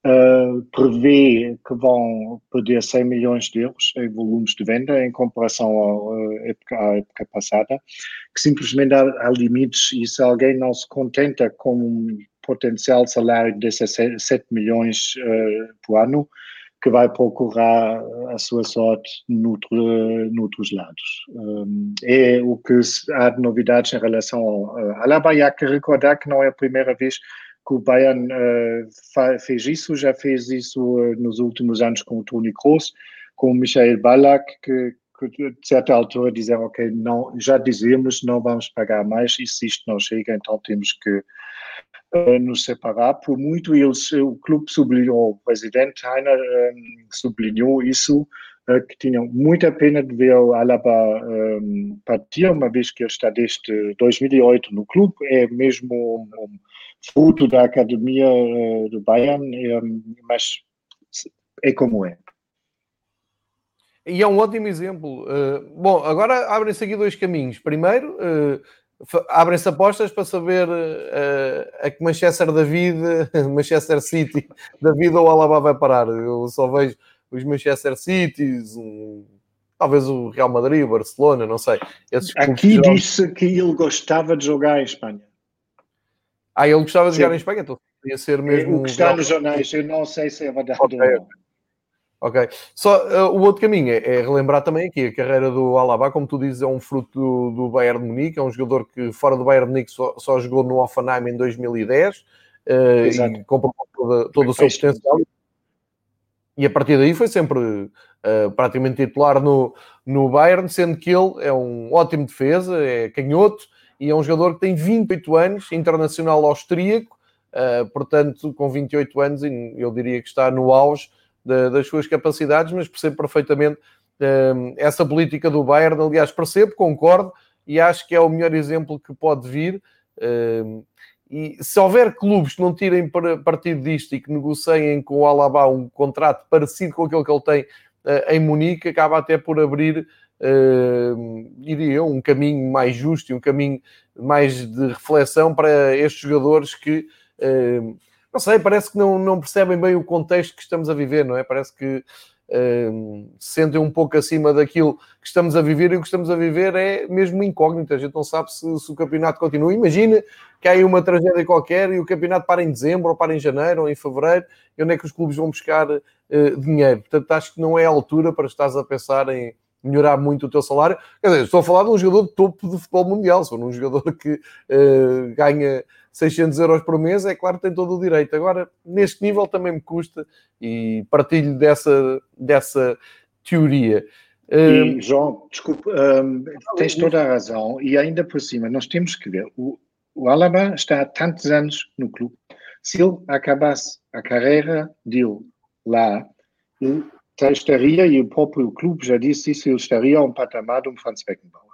prevê que vão perder 100 milhões de euros em volumes de venda em comparação à época passada, que simplesmente há limites, e se alguém não se contenta com um potencial salário de 7 milhões por ano, que vai procurar a sua sorte noutros lados. É o que há de novidades em relação ao Alaba. E há que recordar que não é a primeira vez que o Bayern fez isso, já fez isso nos últimos anos com o Toni Kroos, com o Michael Ballack, que de certa altura diziam, ok, não, já dizemos, não vamos pagar mais, e se isto não chega, então temos que nos separar. Por muito, o clube sublinhou, o presidente Hainer sublinhou isso, que tinham muita pena de ver o Alaba partir, uma vez que ele está desde 2008 no clube, é mesmo fruto da academia do Bayern, mas é como é. E é um ótimo exemplo. Bom, agora abrem-se aqui 2 caminhos. Primeiro, abrem-se apostas para saber a que Manchester City da vida o Alaba vai parar. Eu só vejo os Manchester Cities, talvez o Real Madrid, o Barcelona, não sei. Aqui disse que ele gostava de jogar em Espanha. Ele gostava de jogar em Espanha, então podia ser mesmo... O que está nos jornais, eu não sei se é verdade ou não. Ok. Só o outro caminho é relembrar também aqui a carreira do Alaba, como tu dizes, é um fruto do Bayern de Munique, é um jogador que fora do Bayern de Munique só jogou no Hoffenheim em 2010 e comprovou todo o seu potencial. E a partir daí foi sempre praticamente titular no Bayern, sendo que ele é um ótimo defesa, é canhoto, e é um jogador que tem 28 anos, internacional austríaco, portanto, com 28 anos, eu diria que está no auge das suas capacidades, mas percebo perfeitamente essa política do Bayern. Aliás, percebo, concordo, e acho que é o melhor exemplo que pode vir. E se houver clubes que não tirem partido disto e que negociem com o Alaba um contrato parecido com aquele que ele tem em Munique, acaba até por abrir, diria eu, um caminho mais justo e um caminho mais de reflexão para estes jogadores que, não sei, parece que não percebem bem o contexto que estamos a viver, não é? Parece que se sentem um pouco acima daquilo que estamos a viver, e o que estamos a viver é mesmo incógnito. A gente não sabe se o campeonato continua. Imagina que há aí uma tragédia qualquer e o campeonato para em dezembro, ou para em janeiro, ou em fevereiro, e onde é que os clubes vão buscar dinheiro? Portanto, acho que não é a altura para estares a pensar em melhorar muito o teu salário. Quer dizer, estou a falar de um jogador de topo do futebol mundial. Se for um jogador que ganha 600 euros por mês, é claro que tem todo o direito. Agora, neste nível também me custa, e partilho dessa teoria. E, João, desculpe, tens toda a razão, e ainda por cima, nós temos que ver, o Alaba está há tantos anos no clube. Se ele acabasse a carreira dele lá, ele estaria, e o próprio clube já disse isso, ele estaria a um patamar de um Franz Beckenbauer.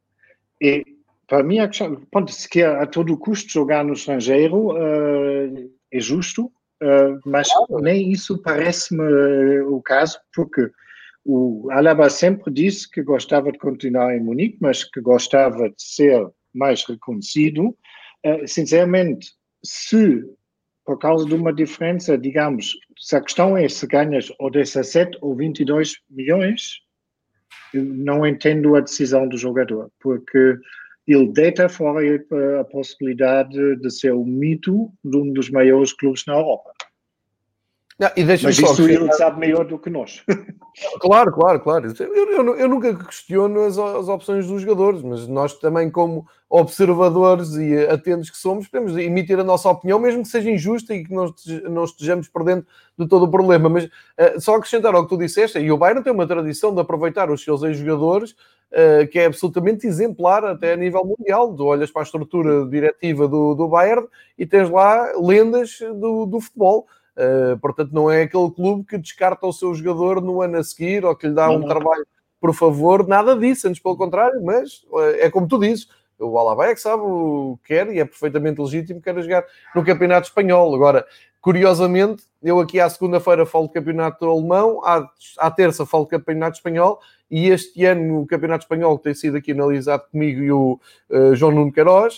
E, para mim, a questão, se quer a todo custo jogar no estrangeiro, é justo, mas nem isso parece-me o caso, porque o Alaba sempre disse que gostava de continuar em Munique, mas que gostava de ser mais reconhecido. Sinceramente, se por causa de uma diferença, digamos, se a questão é se ganhas ou 17 ou 22 milhões, eu não entendo a decisão do jogador, porque ele deita fora a possibilidade de ser o mito de um dos maiores clubes na Europa. Não, e mas isso ele sabe melhor do que nós. Claro. Eu nunca questiono as opções dos jogadores, mas nós também, como observadores e atentos que somos, podemos emitir a nossa opinião, mesmo que seja injusta e que não estejamos por dentro de todo o problema. Mas só acrescentar ao que tu disseste, e o Bayern tem uma tradição de aproveitar os seus ex-jogadores, que é absolutamente exemplar até a nível mundial. Tu olhas para a estrutura diretiva do Bayern e tens lá lendas do futebol. Portanto, não é aquele clube que descarta o seu jogador no ano a seguir ou que lhe dá trabalho por favor, nada disso, antes pelo contrário, mas é como tu dizes, o Alaba é que sabe o que quer e é perfeitamente legítimo que queira jogar no Campeonato Espanhol. Agora, curiosamente, eu aqui à segunda-feira falo de Campeonato Alemão, à terça falo de Campeonato Espanhol, e este ano o Campeonato Espanhol, que tem sido aqui analisado comigo e o João Nuno Queiroz,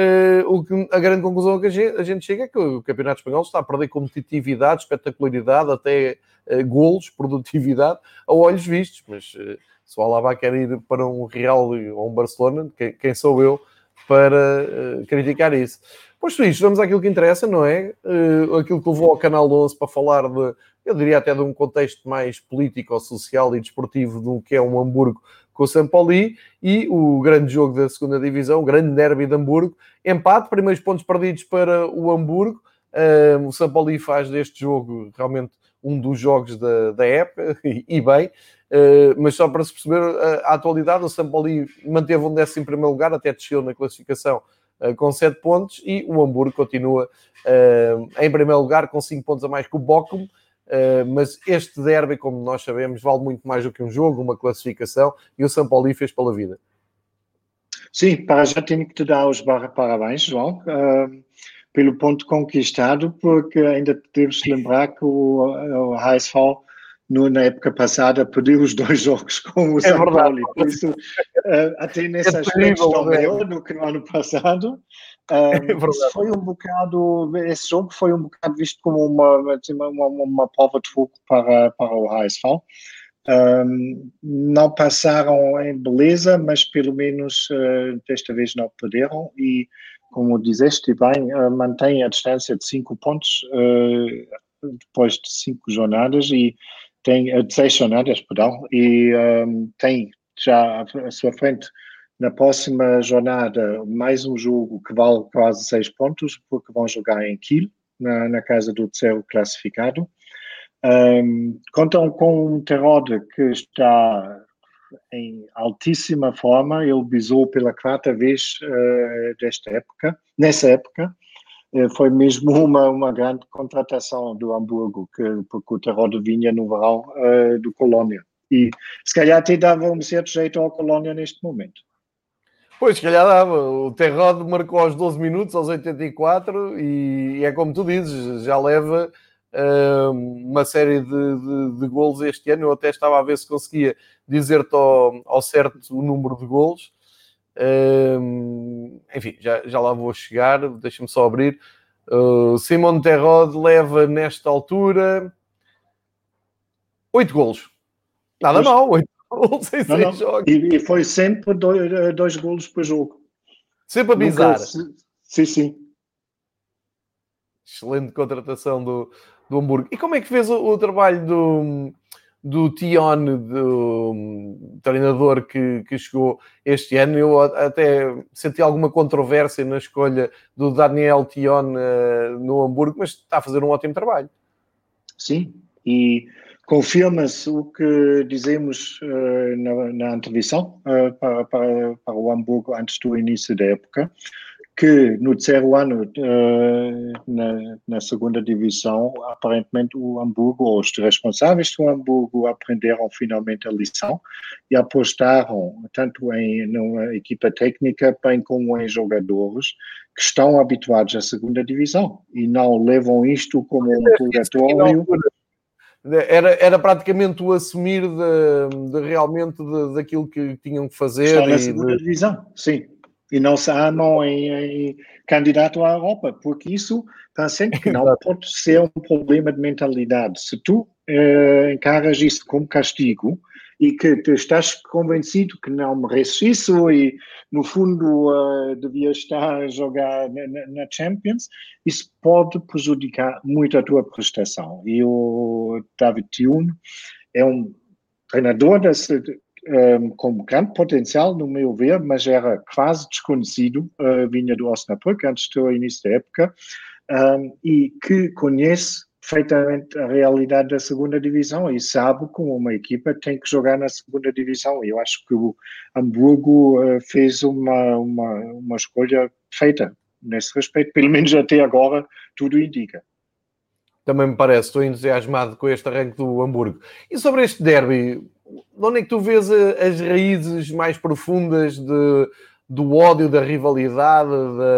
a grande conclusão que a gente chega é que o Campeonato Espanhol está a perder competitividade, espetacularidade, até golos, produtividade, a olhos vistos. Mas se o Alaba quer ir para um Real ou um Barcelona, quem sou eu para criticar isso? Posto isto, vamos àquilo que interessa, não é? Aquilo que levou ao Canal 11 para falar eu diria até de um contexto mais político, social e desportivo do que é um Hamburgo com o Sampoli, e o grande jogo da segunda divisão, o grande derby de Hamburgo, empate, primeiros pontos perdidos para o Hamburgo. O Sampoli faz deste jogo realmente um dos jogos da época, e bem, mas só para se perceber a atualidade, o Sampoli manteve um 11º lugar, até desceu na classificação com 7 pontos, e o Hamburgo continua em primeiro lugar com 5 pontos a mais que o Bochum. Mas este derby, como nós sabemos, vale muito mais do que um jogo, uma classificação, e o Sampoli fez pela vida. Sim, já tenho que te dar os parabéns, João, pelo ponto conquistado, porque ainda deves lembrar que o HSV na época passada perdeu os 2 jogos com o São Paulo, por isso até nesse aspecto estão melhor do que no ano passado. Foi um bocado, esse jogo foi um bocado visto como uma prova de fogo para o HSV. Não passaram em beleza, mas pelo menos desta vez não perderam, e como disseste bem, mantém a distância de 5 pontos depois de 5 jornadas, e tem 6 jornadas, perdão, e tem já à sua frente na próxima jornada mais um jogo que vale quase 6 pontos, porque vão jogar em Kiel, na casa do terceiro classificado. Contam com um Terodde que está em altíssima forma. Ele bisou pela quarta vez nessa época. Foi mesmo uma grande contratação do Hamburgo, porque o Terodde vinha no verão do Colónia. E se calhar até dava um certo jeito ao Colónia neste momento. Pois, se calhar dava. O Terrode marcou aos 12 minutos, aos 84, e é como tu dizes, já leva uma série de golos este ano. Eu até estava a ver se conseguia dizer-te ao certo o número de golos. Enfim, já lá vou chegar. Deixa-me só abrir. Simon Terrode leva nesta altura 8 golos. Nada mal, 8 golos em 6 jogos. E foi sempre 2 golos por jogo. Sempre a bizarro. Sim. Excelente contratação do Hamburgo. E como é que fez o trabalho do Tion, do treinador que chegou este ano? Eu até senti alguma controvérsia na escolha do Daniel Tion no Hamburgo, mas está a fazer um ótimo trabalho. Sim, e confirma-se o que dizemos na antevisão para o Hamburgo antes do início da época, que no terceiro ano na segunda divisão, aparentemente o Hamburgo, ou os responsáveis do Hamburgo, aprenderam finalmente a lição e apostaram tanto numa equipa técnica bem como em jogadores que estão habituados à segunda divisão e não levam isto como um purgatório. Era praticamente o assumir realmente daquilo que tinham que fazer. Estão na segunda divisão, sim. E não se amam em candidato à Europa, porque isso pensando que não pode ser um problema de mentalidade. Se tu encaras isso como castigo e que tu estás convencido que não mereces isso e, no fundo, devias estar a jogar na Champions, isso pode prejudicar muito a tua prestação. E o David Thune é um treinador com grande potencial, no meu ver, mas era quase desconhecido, vinha do Osnabrück antes do início da época, e que conhece perfeitamente a realidade da segunda divisão e sabe como uma equipa tem que jogar na segunda divisão. E eu acho que o Hamburgo fez uma escolha feita nesse respeito, pelo menos até agora tudo indica. Também me parece, estou entusiasmado com este arranque do Hamburgo. E sobre este derby, de onde é que tu vês as raízes mais profundas do ódio, da rivalidade,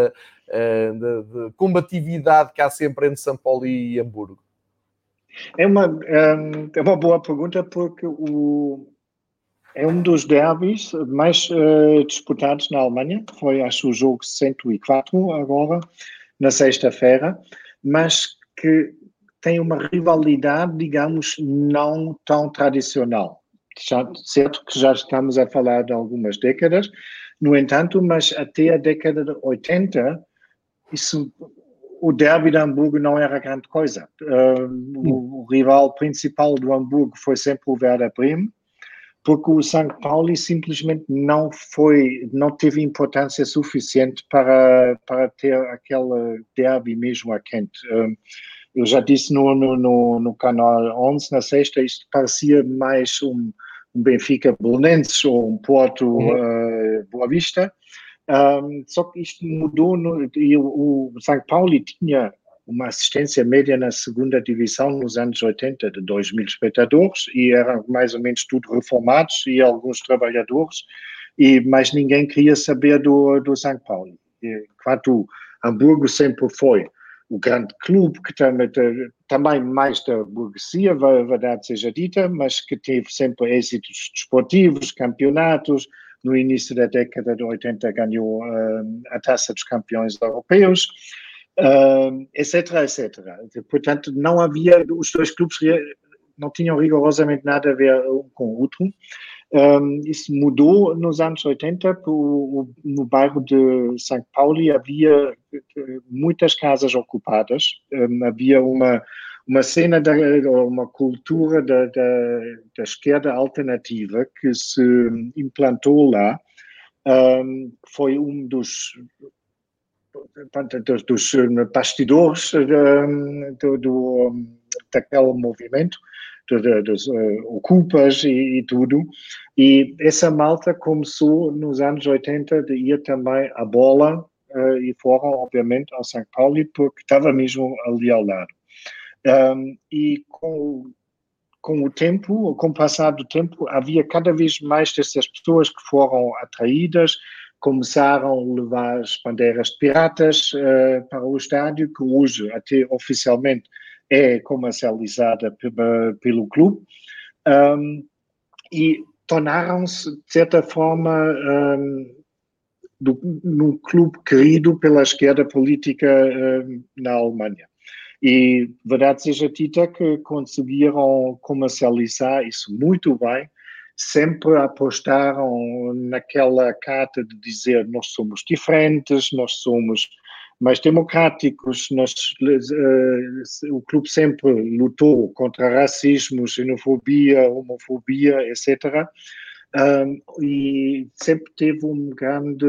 da combatividade que há sempre entre São Paulo e Hamburgo? É uma boa pergunta, porque é um dos derbys mais disputados na Alemanha. Foi, acho, o jogo 104 agora, na sexta-feira, mas que tem uma rivalidade, digamos, não tão tradicional. Certo que já estamos a falar de algumas décadas, no entanto, mas até a década de 80, o derby de Hamburgo não era grande coisa. O rival principal do Hamburgo foi sempre o Werder Bremen, porque o St. Pauli simplesmente não teve importância suficiente para ter aquele derby mesmo a quente. Eu já disse no canal 11, na sexta, isto parecia mais um Benfica Belenenses ou um Porto Boa Vista. Só que isto mudou e o St. Pauli tinha uma assistência média na segunda divisão nos anos 80 de 2.000 espectadores e eram mais ou menos tudo reformados e alguns trabalhadores, mas ninguém queria saber do St. Pauli. Enquanto Hamburgo sempre foi o grande clube que também mais da burguesia, verdade seja dita, mas que teve sempre êxitos desportivos, campeonatos. No início da década de 80 ganhou a Taça dos Campeões Europeus, etc, etc. Portanto, não havia, os dois clubes não tinham rigorosamente nada a ver um com o outro. Isso mudou nos anos 80, no bairro de St. Pauli havia muitas casas ocupadas, havia uma cena, uma cultura da esquerda alternativa que se implantou lá, foi um dos dos bastidores daquele movimento, dos ocupas e tudo. E essa malta começou nos anos 80 de ir também à bola e foram, obviamente, ao São Paulo, porque estava mesmo ali ao lado. E com o tempo, com o passar do tempo, havia cada vez mais dessas pessoas que foram atraídas, começaram a levar as bandeiras de piratas para o estádio, que hoje até oficialmente é comercializada pelo clube, e tornaram-se, de certa forma, num clube querido pela esquerda política na Alemanha. E, verdade seja dita, que conseguiram comercializar isso muito bem, sempre apostaram naquela carta de dizer nós somos diferentes, nós somos mais democráticos, o clube sempre lutou contra racismo, xenofobia, homofobia, etc. E sempre teve um grande...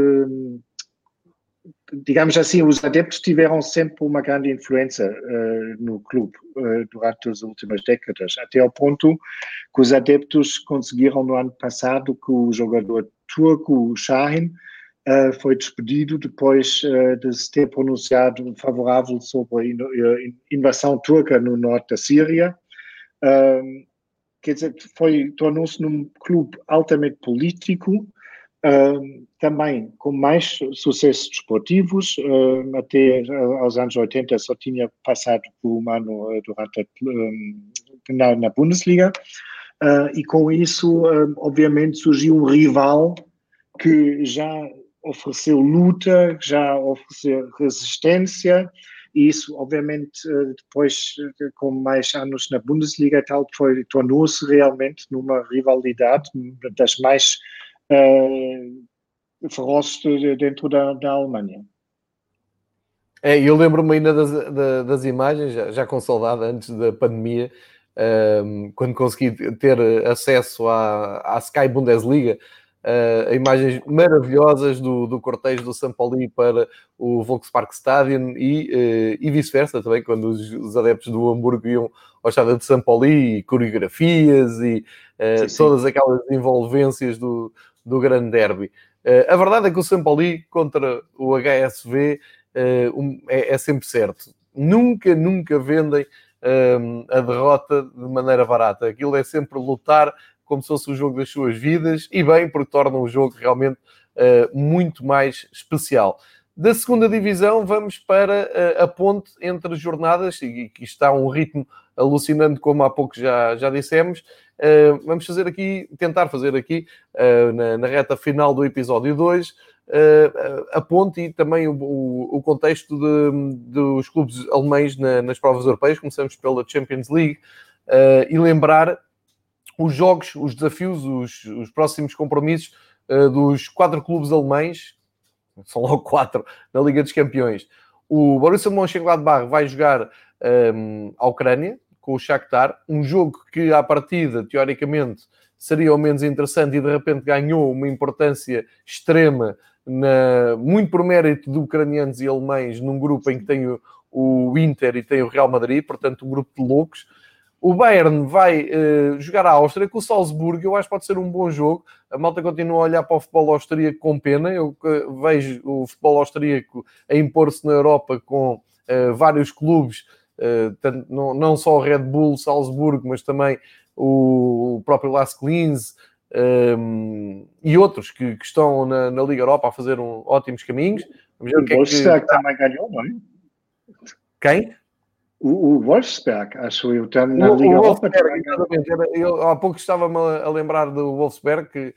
Digamos assim, os adeptos tiveram sempre uma grande influência no clube durante as últimas décadas, até ao ponto que os adeptos conseguiram no ano passado que o jogador turco, Şahin, foi despedido depois de se ter pronunciado favorável sobre a invasão turca no norte da Síria. Quer dizer, tornou-se num clube altamente político, também com mais sucessos desportivos. Até aos anos 80 só tinha passado por um ano na Bundesliga, e com isso obviamente surgiu um rival que já ofereceu luta, já ofereceu resistência, e isso obviamente depois com mais anos na Bundesliga e tal, tornou-se realmente numa rivalidade das mais ferozes dentro da Alemanha. Eu lembro-me ainda das imagens, já com saudade antes da pandemia, quando consegui ter acesso à Sky Bundesliga, a imagens maravilhosas do cortejo do São Paulo para o Volksparkstadion e vice-versa também, quando os adeptos do Hamburgo iam ao estádio de São Paulo, e coreografias e todas aquelas envolvências do grande derby. A verdade é que o São Paulo contra o HSV é sempre certo. Nunca vendem a derrota de maneira barata. Aquilo é sempre lutar como se fosse o jogo das suas vidas, e bem, porque torna o jogo realmente muito mais especial. Da segunda divisão, vamos para a ponte entre jornadas, e que está a um ritmo alucinante, como há pouco já dissemos. Vamos tentar fazer aqui, na reta final do episódio 2, a ponte e também o contexto dos clubes alemães nas provas europeias. Começamos pela Champions League, e lembrar os jogos, os desafios, os próximos compromissos dos 4 clubes alemães. São logo 4 na Liga dos Campeões. O Borussia Mönchengladbach vai jogar a Ucrânia com o Shakhtar, um jogo que à partida, teoricamente, seria o menos interessante e de repente ganhou uma importância extrema, muito por mérito de ucranianos e alemães, num grupo em que tem o Inter e tem o Real Madrid, portanto um grupo de loucos. O Bayern vai jogar a Áustria com o Salzburgo. Eu acho que pode ser um bom jogo. A malta continua a olhar para o futebol austríaco com pena. Eu vejo o futebol austríaco a impor-se na Europa com vários clubes, não só o Red Bull Salzburgo, mas também o próprio Lask Linz e outros que estão na Liga Europa a fazer ótimos caminhos. Vamos ver o que Wolfsberg também ganhou, não é? Quem? O Wolfsberg, acho eu, também na Liga Europa. Eu há pouco estava-me a lembrar do Wolfsberg, que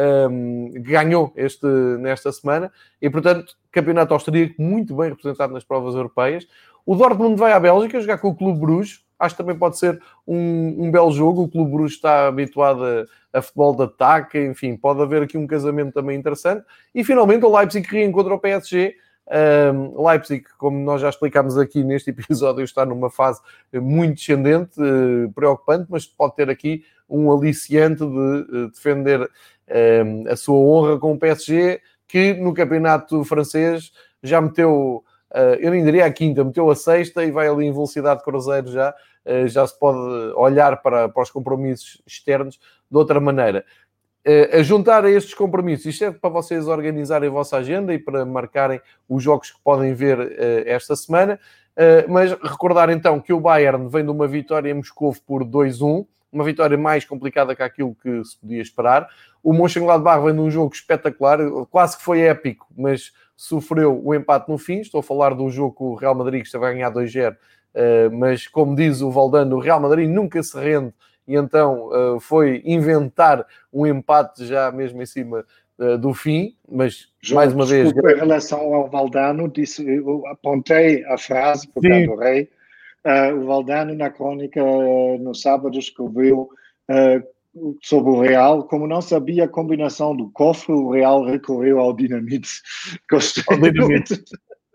ganhou nesta semana, e portanto, campeonato austríaco muito bem representado nas provas europeias. O Dortmund vai à Bélgica jogar com o Clube Bruges. Acho que também pode ser um belo jogo. O Clube Bruges está habituado a futebol de ataque, enfim, pode haver aqui um casamento também interessante. E finalmente o Leipzig reencontra o PSG. Leipzig, como nós já explicámos aqui neste episódio, está numa fase muito descendente, preocupante, mas pode ter aqui um aliciante de defender a sua honra com o PSG, que no campeonato francês já meteu, eu nem diria a quinta, meteu a sexta e vai ali em velocidade de cruzeiro já se pode olhar para os compromissos externos de outra maneira. A juntar a estes compromissos, isto é para vocês organizarem a vossa agenda e para marcarem os jogos que podem ver esta semana, mas recordar então que o Bayern vem de uma vitória em Moscovo por 2-1, uma vitória mais complicada que aquilo que se podia esperar. O Mönchengladbach vem de um jogo espetacular, quase que foi épico, mas sofreu o empate no fim. Estou a falar do jogo que o Real Madrid estava a ganhar 2-0, mas como diz o Valdano, o Real Madrid nunca se rende, e então foi inventar um empate já mesmo em cima do fim, mas João, mais uma vez... Em relação ao Valdano, eu apontei a frase, porque adorei. O Valdano, na crónica no sábado, escreveu sobre o Real, como não sabia a combinação do cofre, o Real recorreu ao dinamite. Gostei muito.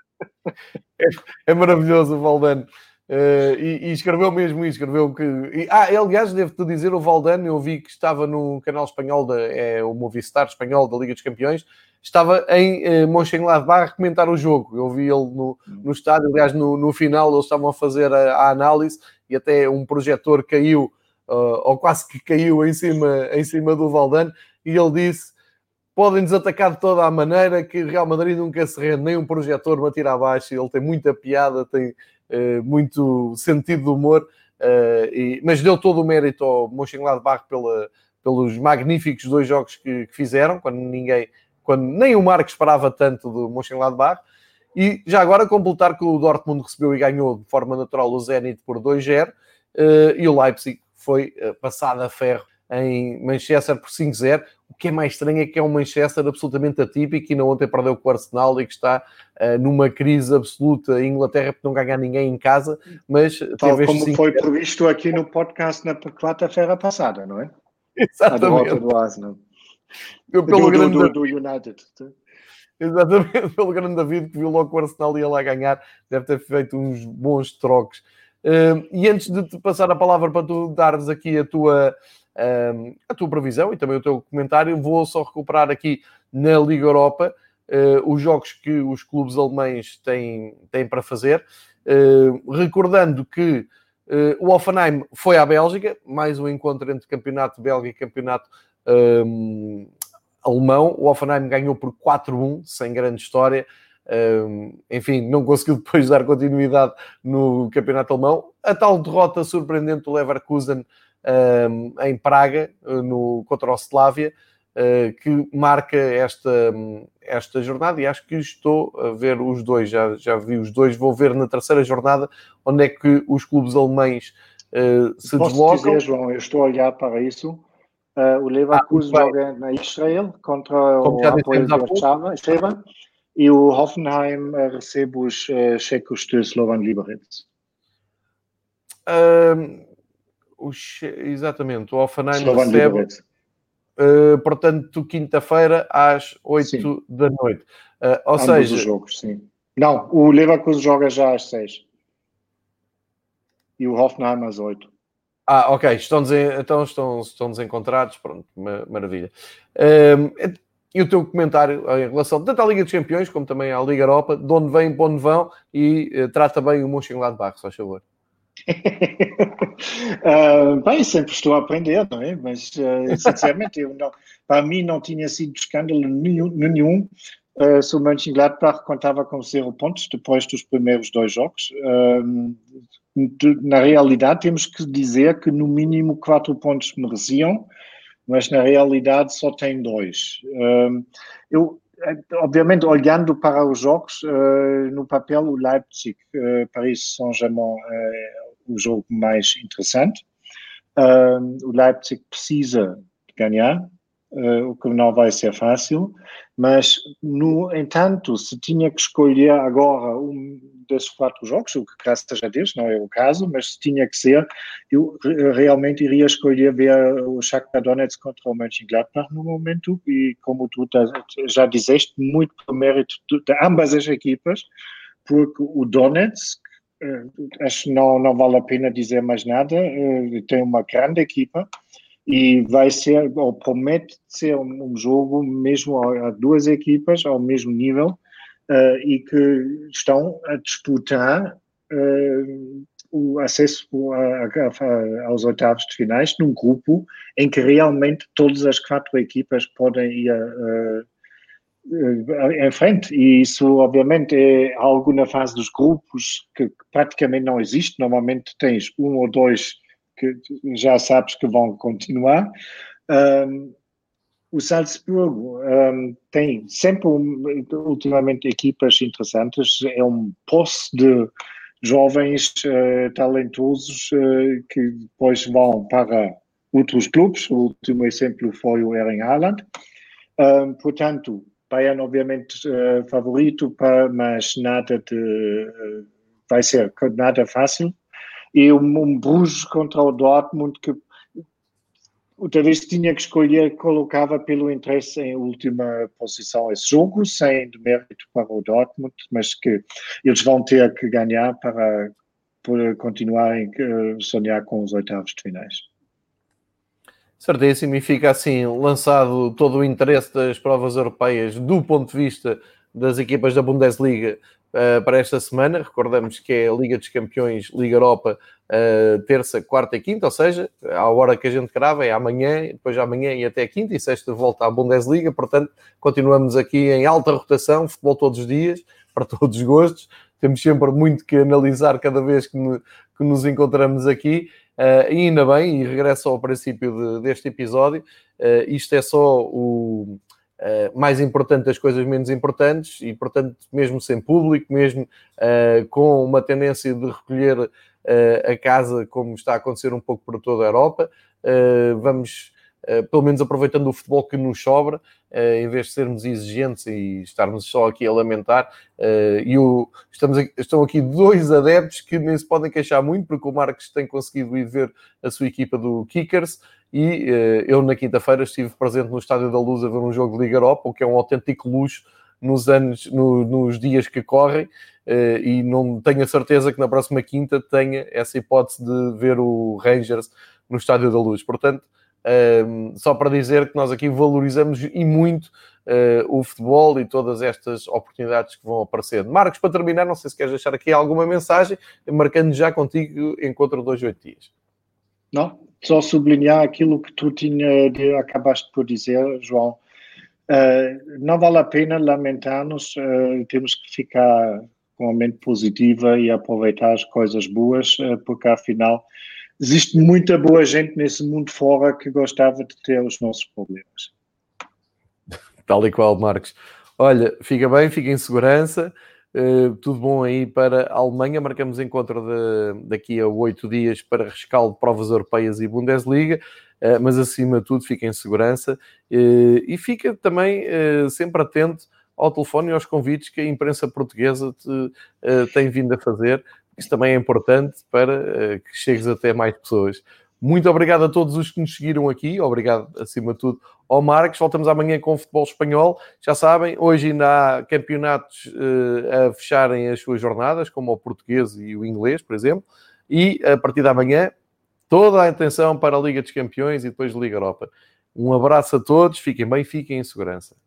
É maravilhoso o Valdano. E escreveu mesmo isso, escreveu que... aliás, devo-te dizer, o Valdano, eu vi que estava no canal espanhol, o Movistar espanhol da Liga dos Campeões, estava em Mönchengladbach a comentar o jogo. Eu vi ele no estádio, aliás, no final eles estavam a fazer a análise e até um projetor caiu, ou quase que caiu em cima do Valdano, e ele disse: podem-nos atacar de toda a maneira, que o Real Madrid nunca se rende, nem um projetor me atira abaixo. Ele tem muita piada, tem muito sentido de humor, mas deu todo o mérito ao Mönchengladbach pelos magníficos 2 jogos que fizeram, quando nem o Marco esperava tanto do Mönchengladbach. E já agora completar que o Dortmund recebeu e ganhou de forma natural o Zenit por 2-0, e o Leipzig foi passado a ferro em Manchester por 5-0. O que é mais estranho é que é um Manchester absolutamente atípico, e ainda ontem perdeu com o Arsenal e que está numa crise absoluta em Inglaterra por não ganhar ninguém em casa, mas tal como foi previsto aqui no podcast na quarta-feira passada, não é? Exatamente. A derrota do Arsenal. Do United. Exatamente, pelo grande David, que viu logo que o Arsenal ia lá ganhar, deve ter feito uns bons trocos. E antes de te passar a palavra para tu dares aqui a tua previsão e também o teu comentário, vou só recuperar aqui na Liga Europa os jogos que os clubes alemães têm para fazer, recordando que o Hoffenheim foi à Bélgica, mais um encontro entre campeonato belga e campeonato alemão. O Hoffenheim ganhou por 4-1, sem grande história. Enfim, não conseguiu depois dar continuidade no campeonato alemão. A tal derrota surpreendente do Leverkusen em Praga, contra o Slavia, que marca esta jornada, e acho que estou a ver os dois, já vi os dois, vou ver na terceira jornada onde é que os clubes alemães se deslocam. Posso dizer, João, eu estou a olhar para isso. O Leverkusen joga na Israel contra o Hapoel Beersheva, e o Hoffenheim recebe os checos de Slovan Liberec. Exatamente, o Hoffenheim recebe, portanto, quinta-feira às 8 da noite. Ou ambos seja... os jogos, sim. Não, o Leverkusen joga já às 6. E o Hoffenheim às 8. Ok, estão desencontrados, pronto, maravilha. E o teu comentário em relação tanto à Liga dos Campeões como também à Liga Europa, de onde vêm, para onde vão, e trata bem o Mönchengladbach, só favor. Bem, sempre estou a aprender, não é? Mas, sinceramente, para mim não tinha sido escândalo nenhum se o Mönchengladbach contava com 0 pontos depois dos primeiros 2 jogos. Na realidade, temos que dizer que no mínimo 4 pontos mereciam, mas na realidade só tem 2. Eu, obviamente, olhando para os jogos, no papel o Leipzig, Paris Saint-Germain é o jogo mais interessante. O Leipzig precisa ganhar, o que não vai ser fácil, mas, no entanto, se tinha que escolher agora um desses 4 jogos, o que graças a Deus não é o caso, mas se tinha que ser, eu realmente iria escolher ver o Shakhtar Donetsk contra o Mönchengladbach no momento, e como tu já disseste, muito por mérito de ambas as equipas, porque o Donetsk, acho que não vale a pena dizer mais nada, tem uma grande equipa, e vai ser, ou promete ser um jogo mesmo a 2 equipas ao mesmo nível, e que estão a disputar o acesso aos oitavos de finais num grupo em que realmente todas as 4 equipas podem ir em frente, e isso obviamente é algo na fase dos grupos que praticamente não existe. Normalmente tens 1 ou 2 que já sabes que vão continuar. O Salzburgo tem sempre, ultimamente, equipas interessantes. É um poço de jovens talentosos que depois vão para outros clubes. O último exemplo foi o Erling Haaland. Portanto, Bayern obviamente favorito, mas nada vai ser nada fácil. E um Bruges contra o Dortmund que outra vez tinha que escolher, colocava pelo interesse em última posição esse jogo, sem demérito para o Dortmund, mas que eles vão ter que ganhar para continuarem a sonhar com os oitavos de finais. Certíssimo, e fica assim lançado todo o interesse das provas europeias do ponto de vista das equipas da Bundesliga para esta semana. Recordamos que é a Liga dos Campeões, Liga Europa, terça, quarta e quinta, ou seja, à hora que a gente grava é amanhã, depois de amanhã e até quinta, e sexta volta à Bundesliga. Portanto, continuamos aqui em alta rotação, futebol todos os dias, para todos os gostos. Temos sempre muito que analisar cada vez que nos encontramos aqui. E ainda bem, e regresso ao princípio deste episódio, isto é só o mais importante das coisas menos importantes, e portanto mesmo sem público, mesmo com uma tendência de recolher a casa, como está a acontecer um pouco por toda a Europa, vamos pelo menos aproveitando o futebol que nos sobra, em vez de sermos exigentes e estarmos só aqui a lamentar. Estão aqui 2 adeptos que nem se podem queixar muito, porque o Marcos tem conseguido ir ver a sua equipa do Kickers, e eu na quinta-feira estive presente no Estádio da Luz a ver um jogo de Liga Europa, o que é um autêntico luxo nos dias que correm, e não tenho a certeza que na próxima quinta tenha essa hipótese de ver o Rangers no Estádio da Luz. Portanto, só para dizer que nós aqui valorizamos e muito o futebol e todas estas oportunidades que vão aparecendo. Marcos, para terminar, não sei se queres deixar aqui alguma mensagem, marcando já contigo encontro 2 8 dias. Não, só sublinhar aquilo que tu acabaste por dizer, João. Não vale a pena lamentar-nos, temos que ficar com a mente positiva e aproveitar as coisas boas, porque afinal existe muita boa gente nesse mundo fora que gostava de ter os nossos problemas. Tal e qual, Marcos. Olha, fica bem, fica em segurança. Tudo bom aí para a Alemanha. Marcamos encontro daqui a 8 dias para rescaldo de provas europeias e Bundesliga. Mas acima de tudo fica em segurança. E fica também sempre atento ao telefone e aos convites que a imprensa portuguesa tem vindo a fazer. Isso também é importante para que chegues até mais pessoas. Muito obrigado a todos os que nos seguiram aqui. Obrigado, acima de tudo, ao Marcos. Voltamos amanhã com o futebol espanhol. Já sabem, hoje ainda há campeonatos a fecharem as suas jornadas, como o português e o inglês, por exemplo. E, a partir de amanhã, toda a atenção para a Liga dos Campeões e depois a Liga Europa. Um abraço a todos. Fiquem bem, fiquem em segurança.